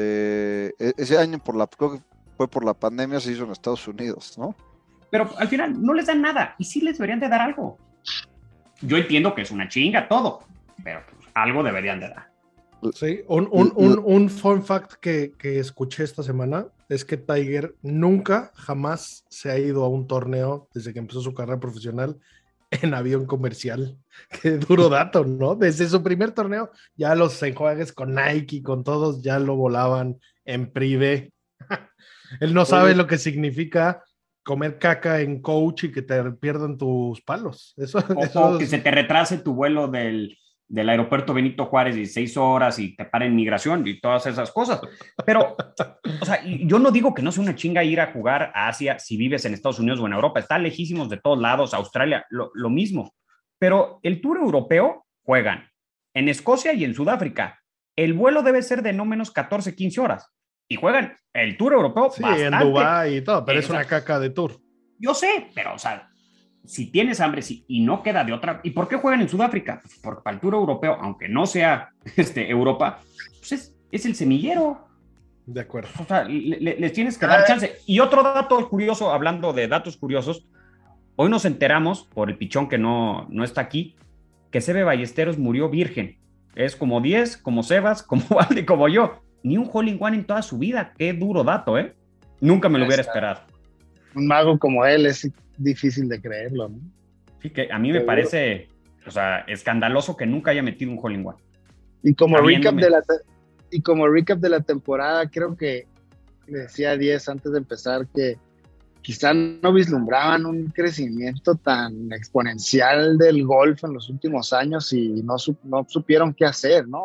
G: Ese año creo que fue por la pandemia, se hizo en Estados Unidos, ¿no?
H: Pero al final no les dan nada y sí les deberían de dar algo. Yo entiendo que es una chinga todo, pero pues, algo deberían de dar.
E: Sí, un fun fact que escuché esta semana es que Tiger nunca, jamás se ha ido a un torneo desde que empezó su carrera profesional en avión comercial. Qué duro dato, ¿no? Desde su primer torneo, ya los enjuagues con Nike y con todos ya lo volaban en privé. Él no sabe lo que significa comer caca en coach y que te pierdan tus palos.
H: O que se te retrase tu vuelo del aeropuerto Benito Juárez 16 horas y te paren migración y todas esas cosas. Pero, o sea, yo no digo que no sea una chinga ir a jugar a Asia si vives en Estados Unidos o en Europa. Está lejísimos de todos lados, Australia, lo mismo. Pero el Tour Europeo juegan en Escocia y en Sudáfrica. El vuelo debe ser de no menos 14, 15 horas. Y juegan el Tour Europeo
E: sí,
H: bastante.
E: en Dubái y todo, pero es una caca de tour.
H: Yo sé, pero, o sea, si tienes hambre y no queda de otra. ¿Y por qué juegan en Sudáfrica? Pues porque para el Tour Europeo, aunque no sea Europa, pues es el semillero.
E: De acuerdo.
H: O sea, les tienes que dar chance. Y otro dato curioso, hablando de datos curiosos, hoy nos enteramos, por el pichón que no está aquí, que Sebe Ballesteros murió virgen. Es como 10, como Sebas, como Valdi, como yo. Ni un hole in one en toda su vida. Qué duro dato, ¿eh? Nunca me lo hubiera esperado.
F: Un mago como él es difícil de creerlo, ¿no?
H: Sí, que a mí me parece, o sea, escandaloso que nunca haya metido un hole in one.
F: Y como recap de la temporada, creo que le decía a 10 antes de empezar que quizá no vislumbraban un crecimiento tan exponencial del golf en los últimos años y no supieron qué hacer, ¿no?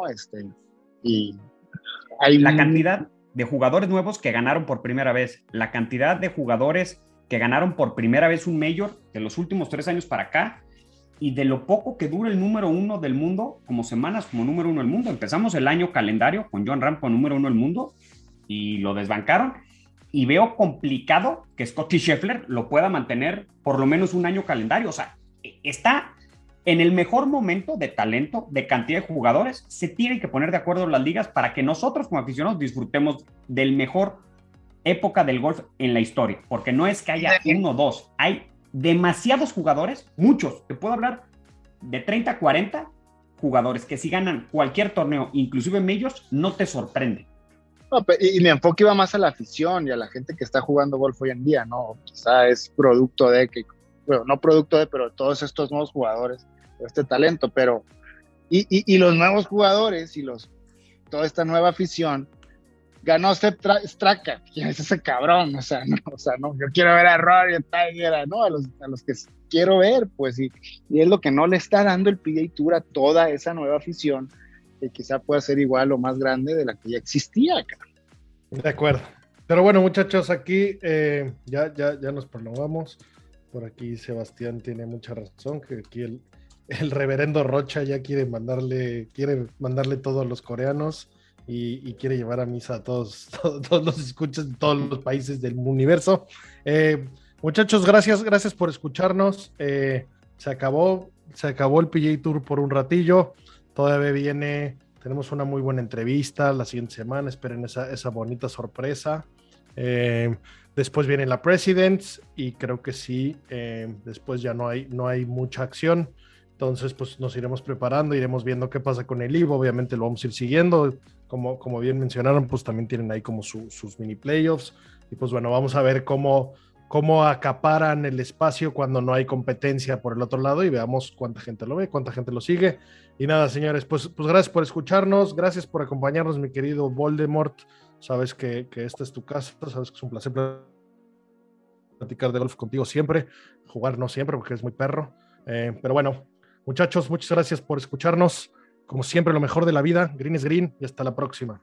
F: Y hay
H: la cantidad de jugadores nuevos que ganaron por primera vez, la cantidad de jugadores que ganaron por primera vez un Major de los últimos 3 años para acá, y de lo poco que dura el número 1 del mundo, como semanas como número 1 del mundo. Empezamos el año calendario con Jon Rahm como número 1 del mundo y lo desbancaron, y veo complicado que Scottie Scheffler lo pueda mantener por lo menos un año calendario. O sea, está en el mejor momento de talento, de cantidad de jugadores. Se tienen que poner de acuerdo las ligas para que nosotros como aficionados disfrutemos del mejor época del golf en la historia, porque no es que haya uno o dos, hay demasiados jugadores, muchos, te puedo hablar de 30 a 40 jugadores que si ganan cualquier torneo, inclusive majors, no te sorprende.
F: No, y mi enfoque iba más a la afición y a la gente que está jugando golf hoy en día, ¿no? Quizá es producto de que, bueno, no producto de, pero todos estos nuevos jugadores, este talento, pero y los nuevos jugadores y toda esta nueva afición. Ganó Sepp Straka. ¿Quién es ese cabrón? O sea, no, yo quiero ver a Rory, a Tiger, ¿no? A los que quiero ver, pues, y es lo que no le está dando el PGA Tour a toda esa nueva afición, que quizá pueda ser igual o más grande de la que ya existía acá.
E: De acuerdo. Pero bueno, muchachos, aquí ya nos prolongamos. Por aquí Sebastián tiene mucha razón, que aquí el reverendo Rocha ya quiere mandarle todo a los coreanos. Y quiere llevar a misa a todos los escuchas de todos los países del universo. Muchachos, gracias por escucharnos. Se acabó el PGA Tour por un ratillo. Todavía tenemos una muy buena entrevista la siguiente semana. Esperen esa bonita sorpresa. Después viene la Presidents y creo que sí, después ya no hay mucha acción. Entonces, pues nos iremos preparando, iremos viendo qué pasa con el Evo. Obviamente lo vamos a ir siguiendo. Como bien mencionaron, pues también tienen ahí como sus mini playoffs. Y pues bueno, vamos a ver cómo acaparan el espacio cuando no hay competencia por el otro lado y veamos cuánta gente lo ve, cuánta gente lo sigue. Y nada, señores, pues gracias por escucharnos, gracias por acompañarnos, mi querido Voldemort. Sabes que esta es tu casa, sabes que es un placer platicar de golf contigo siempre, jugar no siempre porque es muy perro. Pero bueno, muchachos, muchas gracias por escucharnos. Como siempre, lo mejor de la vida. Green is green y hasta la próxima.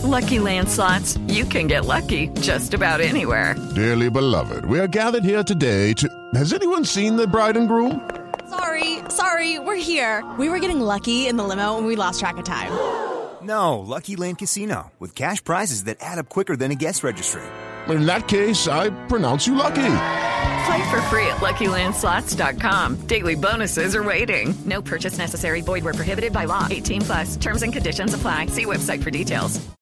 I: Lucky Land Slots, you can get lucky just about anywhere.
J: Dearly beloved, we are gathered here today to... Has anyone seen the bride and groom?
K: Sorry, we're here. We were getting lucky in the limo and we lost track of time.
L: No, Lucky Land Casino, with cash prizes that add up quicker than a guest registry.
J: In that case, I pronounce you lucky.
I: Play for free at LuckyLandSlots.com. Daily bonuses are waiting. No purchase necessary. Void where prohibited by law. 18+. Terms and conditions apply. See website for details.